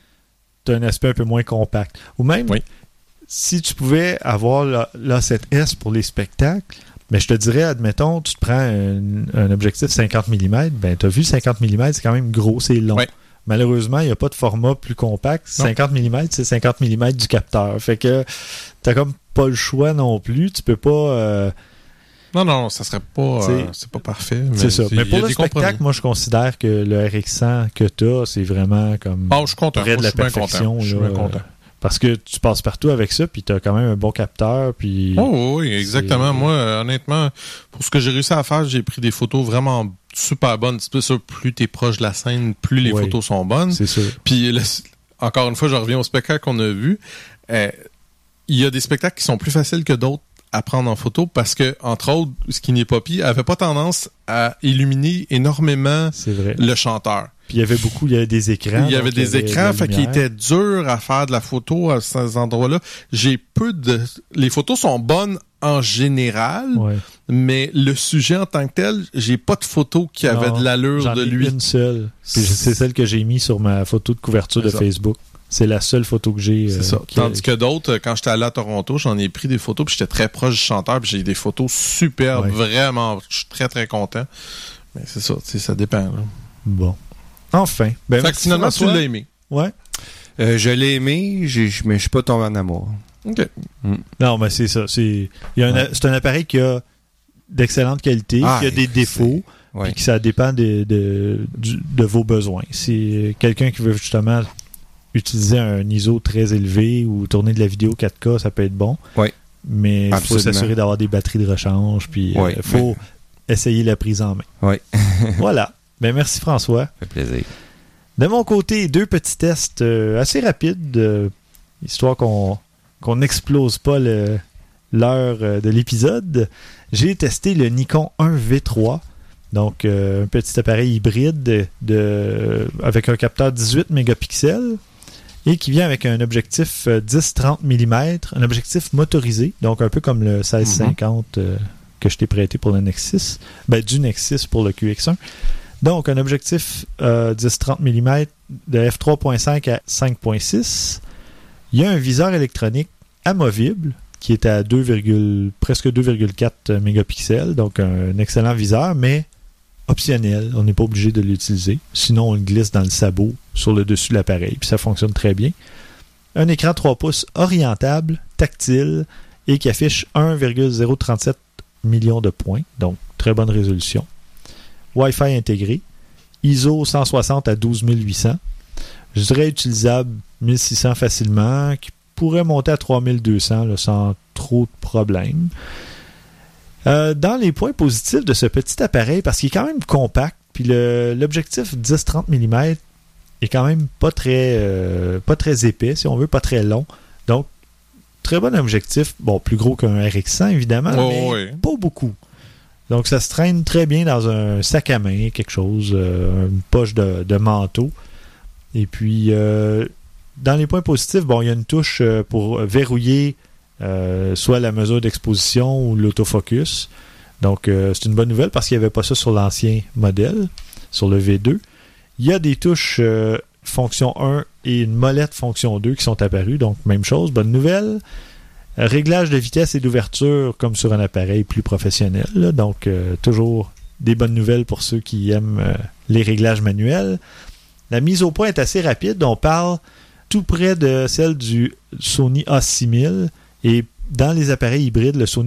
tu as un aspect un peu moins compact. Ou même, oui. si tu pouvais avoir l'A sept S pour les spectacles, mais je te dirais, admettons, tu te prends un, un objectif cinquante millimètres, ben tu as vu cinquante millimètres, c'est quand même gros, c'est long. Oui. Malheureusement, il n'y a pas de format plus compact. Non. cinquante millimètres, c'est cinquante millimètres du capteur. Fait que t'as comme pas le choix non plus. Tu peux pas... Euh, non, non, ça serait pas... Euh, c'est pas parfait. Mais c'est ça. Mais pour le spectacle, compromis. moi, je considère que le R X cent que t'as, c'est vraiment comme... Oh, je suis content. près de Moi, la je suis bien perfection. content. Je suis là, bien content. Parce que tu passes partout avec ça, puis t'as quand même un bon capteur, puis... Oh oui, exactement. c'est... Moi, euh, honnêtement, pour ce que j'ai réussi à faire, j'ai pris des photos vraiment super bonnes. C'est sûr, plus t'es proche de la scène, plus les oui. photos sont bonnes. C'est sûr. Puis, le, encore une fois, je reviens au spectacle qu'on a vu. Euh, il y a des spectacles qui sont plus faciles que d'autres à prendre en photo parce que, entre autres, Skinny Poppy avait pas tendance à illuminer énormément c'est vrai. le chanteur. Puis il y avait beaucoup, il y avait des écrans. Il y avait des il y avait écrans, de fait qu'il était dur à faire de la photo à ces endroits-là. J'ai peu de... Les photos sont bonnes en général, ouais. mais le sujet en tant que tel, j'ai pas de photos qui avaient non, de l'allure j'en de ai lui. une seule. Puis c'est celle que j'ai mis sur ma photo de couverture c'est de ça. Facebook. C'est la seule photo que j'ai. C'est euh, ça. qui... Tandis que d'autres, quand j'étais allé à Toronto, j'en ai pris des photos, puis j'étais très proche du chanteur, puis j'ai des photos superbes, ouais. vraiment. Je suis très, très content. Mais c'est ça, ça dépend. Là. Bon. Enfin. Ben, fait que finalement, tu l'as aimé. Ouais. Euh, je l'ai aimé, j'ai, mais je suis pas tombé en amour. OK. Mm. Non, mais c'est ça. C'est, il y a un, ouais. c'est un appareil qui a d'excellente qualité, ah, qui a des défauts, ouais. puis que ça dépend de, de, de, de vos besoins. C'est quelqu'un qui veut justement utiliser un I S O très élevé ou tourner de la vidéo quatre K, ça peut être bon. Oui. Mais il faut s'assurer d'avoir des batteries de rechange, puis il oui, euh, faut mais... essayer la prise en main. Oui. Voilà. Ben merci François. Ça fait plaisir. De mon côté, deux petits tests euh, assez rapides, euh, histoire qu'on qu'on n'explose pas le, l'heure euh, de l'épisode. J'ai testé le Nikon un V trois, donc euh, un petit appareil hybride de, de, avec un capteur dix-huit mégapixels et qui vient avec un objectif euh, dix trente millimètres, un objectif motorisé, donc un peu comme le seize cinquante euh, que je t'ai prêté pour le Nexus, ben, du Nexus pour le Q X un. Donc, un objectif euh, dix trente millimètres de f trois point cinq à cinq point six. Il y a un viseur électronique amovible qui est à deux, presque deux virgule quatre mégapixels. Donc, un excellent viseur, mais optionnel. On n'est pas obligé de l'utiliser. Sinon, on le glisse dans le sabot sur le dessus de l'appareil. Puis ça fonctionne très bien. Un écran trois pouces orientable, tactile et qui affiche un virgule zéro trente-sept millions de points. Donc, très bonne résolution. Wi-Fi intégré, I S O cent soixante à douze mille huit cents, je dirais utilisable mille six cents facilement, qui pourrait monter à trois mille deux cents là, sans trop de problèmes. Euh, dans les points positifs de ce petit appareil, parce qu'il est quand même compact, puis le, l'objectif dix trente millimètres est quand même pas très, euh, pas très épais, si on veut, pas très long. Donc, très bon objectif, bon, plus gros qu'un R X cent évidemment, oh, mais oui. pas beaucoup. Donc, ça se traîne très bien dans un sac à main, quelque chose, euh, une poche de, de manteau. Et puis, euh, dans les points positifs, bon, il y a une touche euh, pour verrouiller euh, soit la mesure d'exposition ou l'autofocus. Donc, euh, c'est une bonne nouvelle parce qu'il n'y avait pas ça sur l'ancien modèle, sur le V deux. Il y a des touches euh, fonction un et une molette fonction deux qui sont apparues. Donc, même chose, bonne nouvelle. Réglage de vitesse et d'ouverture comme sur un appareil plus professionnel. Là. Donc, euh, toujours des bonnes nouvelles pour ceux qui aiment euh, les réglages manuels. La mise au point est assez rapide. On parle tout près de celle du Sony A six mille. Et dans les appareils hybrides, le Sony